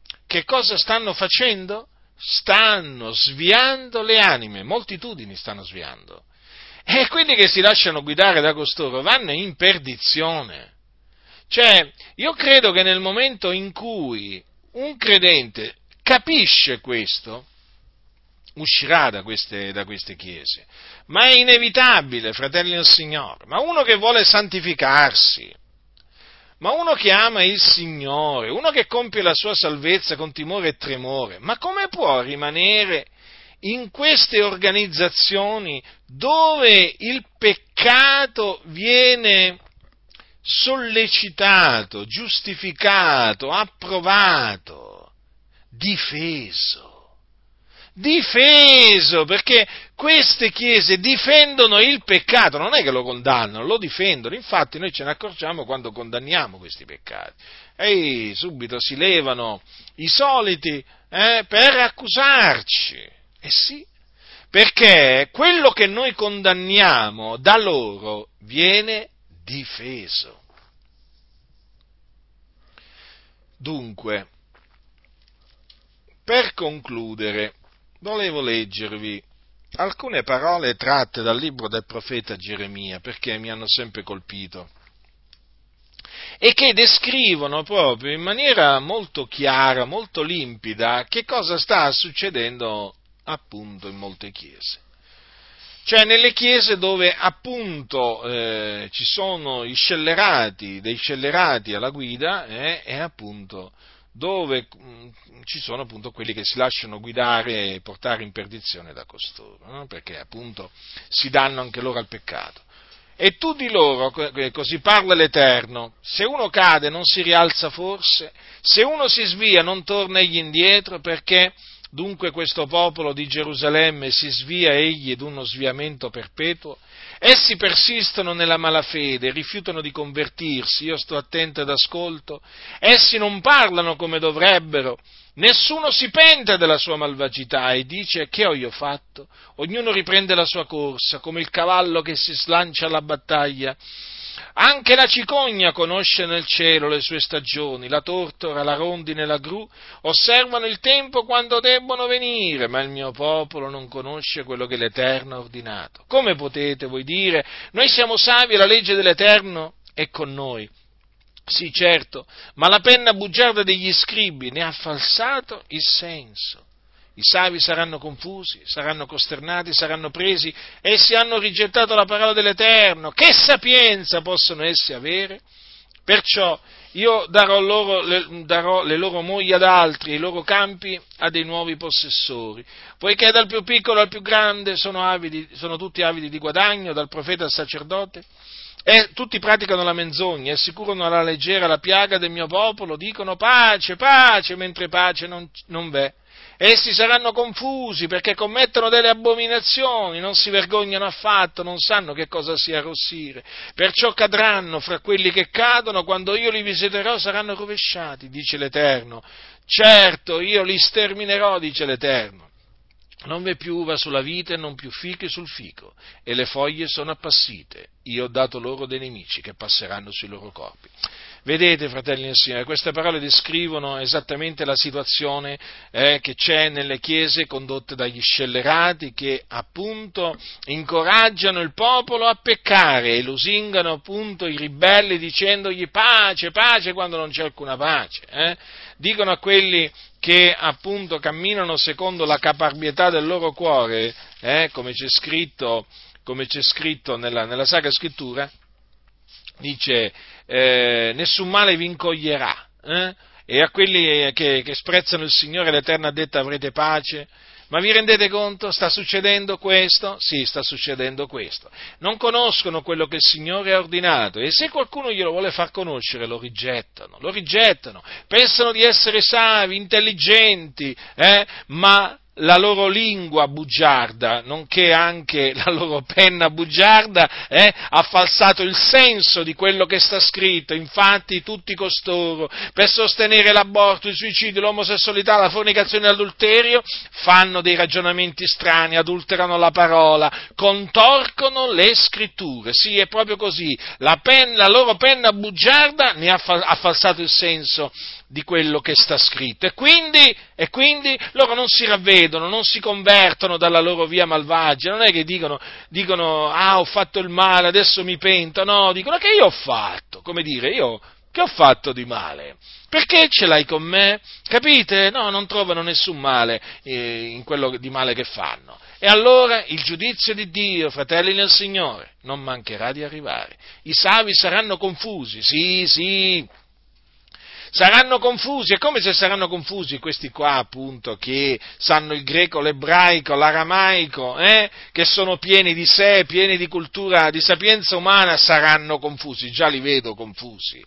facendo? Stanno sviando le anime, moltitudini stanno sviando. E quelli che si lasciano guidare da costoro vanno in perdizione. Cioè, io credo che nel momento in cui un credente capisce questo, uscirà da queste chiese, ma è inevitabile, fratelli del Signore. Ma uno che vuole santificarsi, ma uno che ama il Signore, uno che compie la sua salvezza con timore e tremore, ma come può rimanere in queste organizzazioni dove il peccato viene sollecitato, giustificato, approvato, difeso, perché queste chiese difendono il peccato, non è che lo condannano, lo difendono. Infatti noi ce ne accorgiamo quando condanniamo questi peccati. E subito si levano i soliti per accusarci. Sì, perché quello che noi condanniamo da loro viene difeso. Dunque, per concludere, volevo leggervi alcune parole tratte dal libro del profeta Geremia, perché mi hanno sempre colpito, e che descrivono proprio in maniera molto chiara, molto limpida, che cosa sta succedendo appunto in molte chiese. cioè nelle chiese dove appunto ci sono dei scellerati alla guida e appunto dove ci sono appunto quelli che si lasciano guidare e portare in perdizione da costoro, no? Perché appunto si danno anche loro al peccato. E tu di loro, così parla l'Eterno, se uno cade non si rialza forse, se uno si svia non torna egli indietro, perché dunque questo popolo di Gerusalemme si svia egli ed uno sviamento perpetuo? Essi persistono nella malafede, rifiutano di convertirsi, io sto attento ed ascolto, essi non parlano come dovrebbero, nessuno si pente della sua malvagità e dice: che ho io fatto? Ognuno riprende la sua corsa, come il cavallo che si slancia alla battaglia. Anche la cicogna conosce nel cielo le sue stagioni, la tortora, la rondine e la gru osservano il tempo quando debbono venire, ma il mio popolo non conosce quello che l'Eterno ha ordinato. Come potete voi dire: noi siamo savi e la legge dell'Eterno è con noi? Sì, certo, ma la penna bugiarda degli scribi ne ha falsato il senso. I savi saranno confusi, saranno costernati, saranno presi, essi hanno rigettato la parola dell'Eterno. Che sapienza possono essi avere? Perciò io darò le loro mogli ad altri, e i loro campi a dei nuovi possessori, poiché dal più piccolo al più grande sono tutti avidi di guadagno, dal profeta al sacerdote. E tutti praticano la menzogna, assicurano alla leggera la piaga del mio popolo, dicono pace, pace, mentre pace non v'è. Essi saranno confusi perché commettono delle abominazioni, non si vergognano affatto, non sanno che cosa sia arrossire. Perciò cadranno fra quelli che cadono, quando io li visiterò saranno rovesciati, dice l'Eterno. Certo, io li sterminerò, dice l'Eterno. Non v'è più uva sulla vite, non più fichi sul fico, e le foglie sono appassite. Io ho dato loro dei nemici che passeranno sui loro corpi. Vedete, fratelli e Signore, queste parole descrivono esattamente la situazione che c'è nelle chiese condotte dagli scellerati, che appunto incoraggiano il popolo a peccare e lusingano appunto i ribelli dicendogli pace, pace, quando non c'è alcuna pace. Dicono a quelli che appunto camminano secondo la caparbietà del loro cuore, come c'è scritto nella Sacra Scrittura, dice nessun male vi incoglierà, e a quelli che sprezzano il Signore l'Eterno ha detto avrete pace. Ma vi rendete conto? Sta succedendo questo? Sì, sta succedendo questo. Non conoscono quello che il Signore ha ordinato e se qualcuno glielo vuole far conoscere lo rigettano. Pensano di essere savi, intelligenti, ma la loro lingua bugiarda, nonché anche la loro penna bugiarda, ha falsato il senso di quello che sta scritto. Infatti tutti costoro, per sostenere l'aborto, il suicidio, l'omosessualità, la fornicazione e l'adulterio, fanno dei ragionamenti strani, adulterano la parola, contorcono le scritture. Sì, è proprio così. La loro penna bugiarda ne ha falsato il senso di quello che sta scritto e quindi loro non si ravvedono, non si convertono dalla loro via malvagia, non è che dicono ho fatto il male, adesso mi pento, no, dicono che io ho fatto, come dire, io che ho fatto di male? Perché ce l'hai con me? Capite? No, non trovano nessun male in quello di male che fanno. E allora il giudizio di Dio, fratelli nel Signore, non mancherà di arrivare. I savi saranno confusi, sì, saranno confusi, è come se saranno confusi questi qua appunto che sanno il greco, l'ebraico, l'aramaico, che sono pieni di sé, pieni di cultura, di sapienza umana, saranno confusi, già li vedo confusi,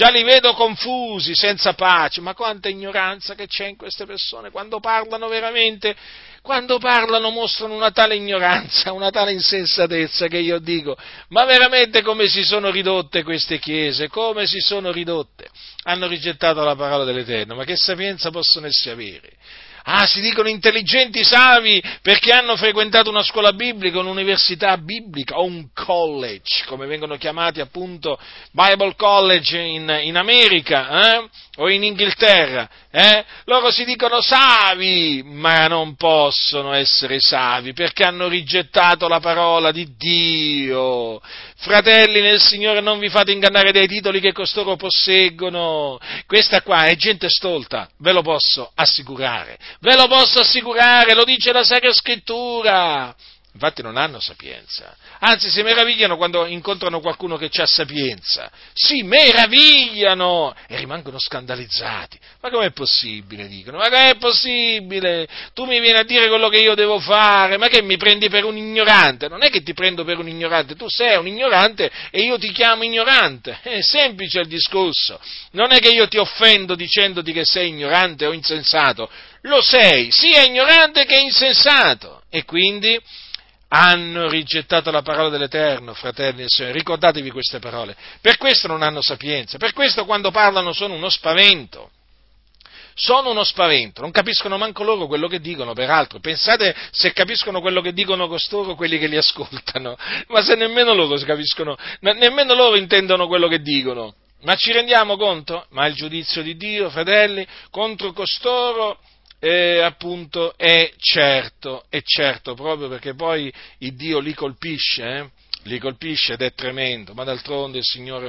senza pace, ma quanta ignoranza che c'è in queste persone, quando parlano mostrano una tale ignoranza, una tale insensatezza che io dico, ma veramente come si sono ridotte queste chiese, come si sono ridotte? Hanno rigettato la parola dell'Eterno, ma che sapienza possono essi avere? Si dicono intelligenti, savi, perché hanno frequentato una scuola biblica, un'università biblica, o un college, come vengono chiamati appunto Bible College in America, o in Inghilterra, loro si dicono savi, ma non possono essere savi, perché hanno rigettato la parola di Dio. Fratelli nel Signore, non vi fate ingannare dai titoli che costoro posseggono. Questa qua è gente stolta, ve lo posso assicurare, lo dice la Sacra Scrittura. Infatti non hanno sapienza, anzi si meravigliano quando incontrano qualcuno che ha sapienza, si meravigliano e rimangono scandalizzati. Ma com'è possibile, dicono, ma com'è possibile? Tu mi vieni a dire quello che io devo fare, ma che mi prendi per un ignorante? Non è che ti prendo per un ignorante, tu sei un ignorante e io ti chiamo ignorante, è semplice il discorso, non è che io ti offendo dicendoti che sei ignorante o insensato, lo sei, sia ignorante che insensato, e quindi hanno rigettato la parola dell'Eterno, fratelli e sorelle, ricordatevi queste parole, per questo non hanno sapienza, per questo quando parlano sono uno spavento, non capiscono manco loro quello che dicono, peraltro, pensate se capiscono quello che dicono costoro quelli che li ascoltano, ma se nemmeno loro capiscono, nemmeno loro intendono quello che dicono, ma ci rendiamo conto? Ma il giudizio di Dio, fratelli, contro costoro, appunto è certo proprio perché poi il Dio li colpisce ed è tremendo, ma d'altronde il Signore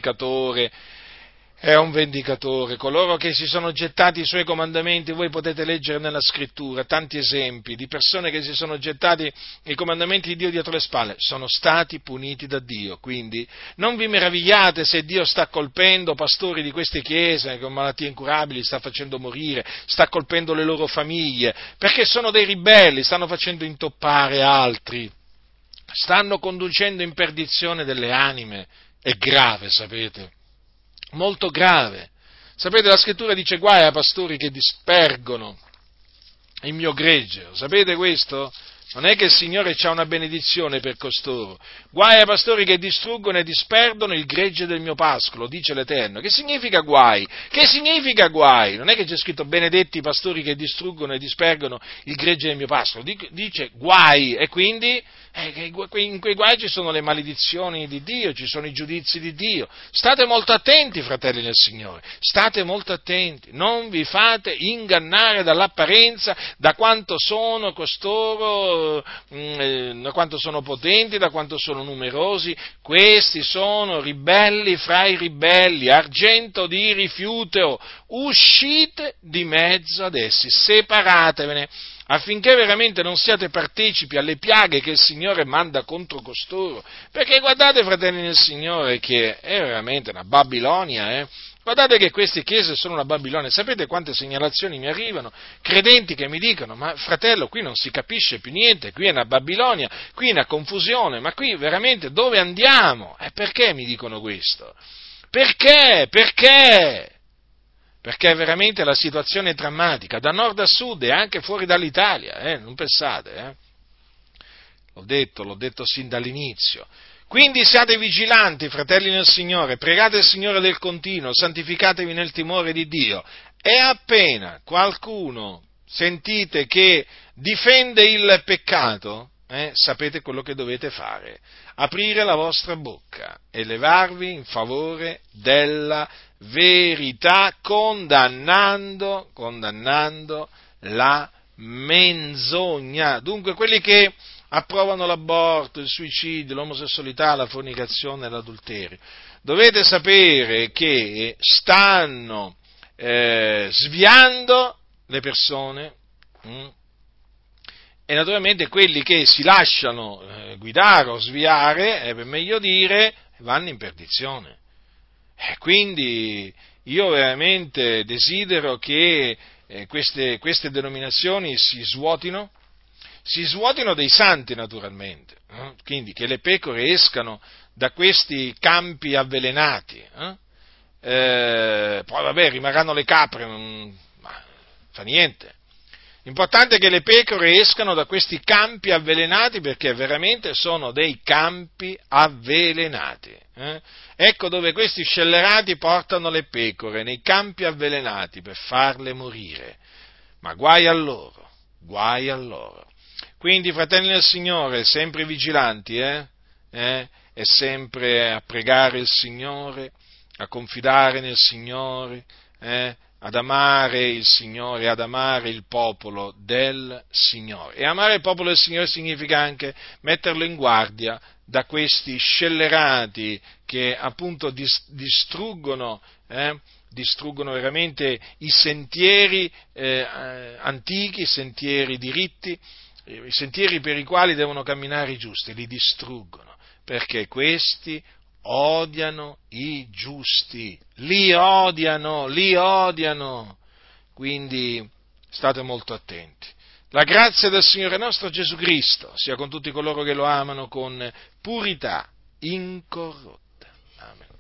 è un vendicatore, coloro che si sono gettati i suoi comandamenti, voi potete leggere nella scrittura tanti esempi di persone che si sono gettati i comandamenti di Dio dietro le spalle, sono stati puniti da Dio, quindi non vi meravigliate se Dio sta colpendo pastori di queste chiese con malattie incurabili, sta facendo morire, sta colpendo le loro famiglie, perché sono dei ribelli, stanno facendo intoppare altri, stanno conducendo in perdizione delle anime, è grave, sapete? Molto grave. Sapete, la scrittura dice guai ai pastori che dispergono il mio gregge, sapete questo? Non è che il Signore c'ha una benedizione per costoro. Guai ai pastori che distruggono e disperdono il gregge del mio pascolo, dice l'Eterno. Che significa guai? Che significa guai? Non è che c'è scritto benedetti i pastori che distruggono e disperdono il gregge del mio pascolo. Dice guai, e quindi in quei guai ci sono le maledizioni di Dio, ci sono i giudizi di Dio. State molto attenti, fratelli nel Signore, state molto attenti, non vi fate ingannare dall'apparenza, da quanto sono costoro, da quanto sono potenti, da quanto sono numerosi. Questi sono ribelli fra i ribelli, argento di rifiuto, uscite di mezzo ad essi, separatevene, affinché veramente non siate partecipi alle piaghe che il Signore manda contro costoro, perché guardate, fratelli nel Signore, che è veramente una Babilonia, Guardate che queste chiese sono una Babilonia, sapete quante segnalazioni mi arrivano? Credenti che mi dicono, ma fratello, qui non si capisce più niente, qui è una Babilonia, qui è una confusione, ma qui veramente dove andiamo? E perché mi dicono questo? Perché? Perché? Perché veramente la situazione è drammatica, da nord a sud e anche fuori dall'Italia, non pensate, L'ho detto sin dall'inizio. Quindi siate vigilanti, fratelli nel Signore, pregate il Signore del continuo, santificatevi nel timore di Dio, e appena qualcuno sentite che difende il peccato, sapete quello che dovete fare, aprire la vostra bocca e levarvi in favore della verità, condannando la menzogna. Dunque quelli che approvano l'aborto, il suicidio, l'omosessualità, la fornicazione e l'adulterio, dovete sapere che stanno sviando le persone, e naturalmente quelli che si lasciano guidare o sviare, per meglio dire, vanno in perdizione. Quindi io veramente desidero che queste denominazioni si svuotino dei santi naturalmente, quindi che le pecore escano da questi campi avvelenati, poi vabbè rimarranno le capre, ma fa niente. L'importante è che le pecore escano da questi campi avvelenati, perché veramente sono dei campi avvelenati. Ecco dove questi scellerati portano le pecore, nei campi avvelenati, per farle morire. Ma guai a loro, guai a loro. Quindi, fratelli del Signore, sempre vigilanti, e sempre a pregare il Signore, a confidare nel Signore, ad amare il Signore, ad amare il popolo del Signore. E amare il popolo del Signore significa anche metterlo in guardia da questi scellerati che appunto distruggono veramente i sentieri antichi, i sentieri diritti, i sentieri per i quali devono camminare i giusti, li distruggono, perché questi odiano i giusti, li odiano. Quindi state molto attenti. La grazia del Signore nostro Gesù Cristo sia con tutti coloro che lo amano con purità incorrotta. Amen.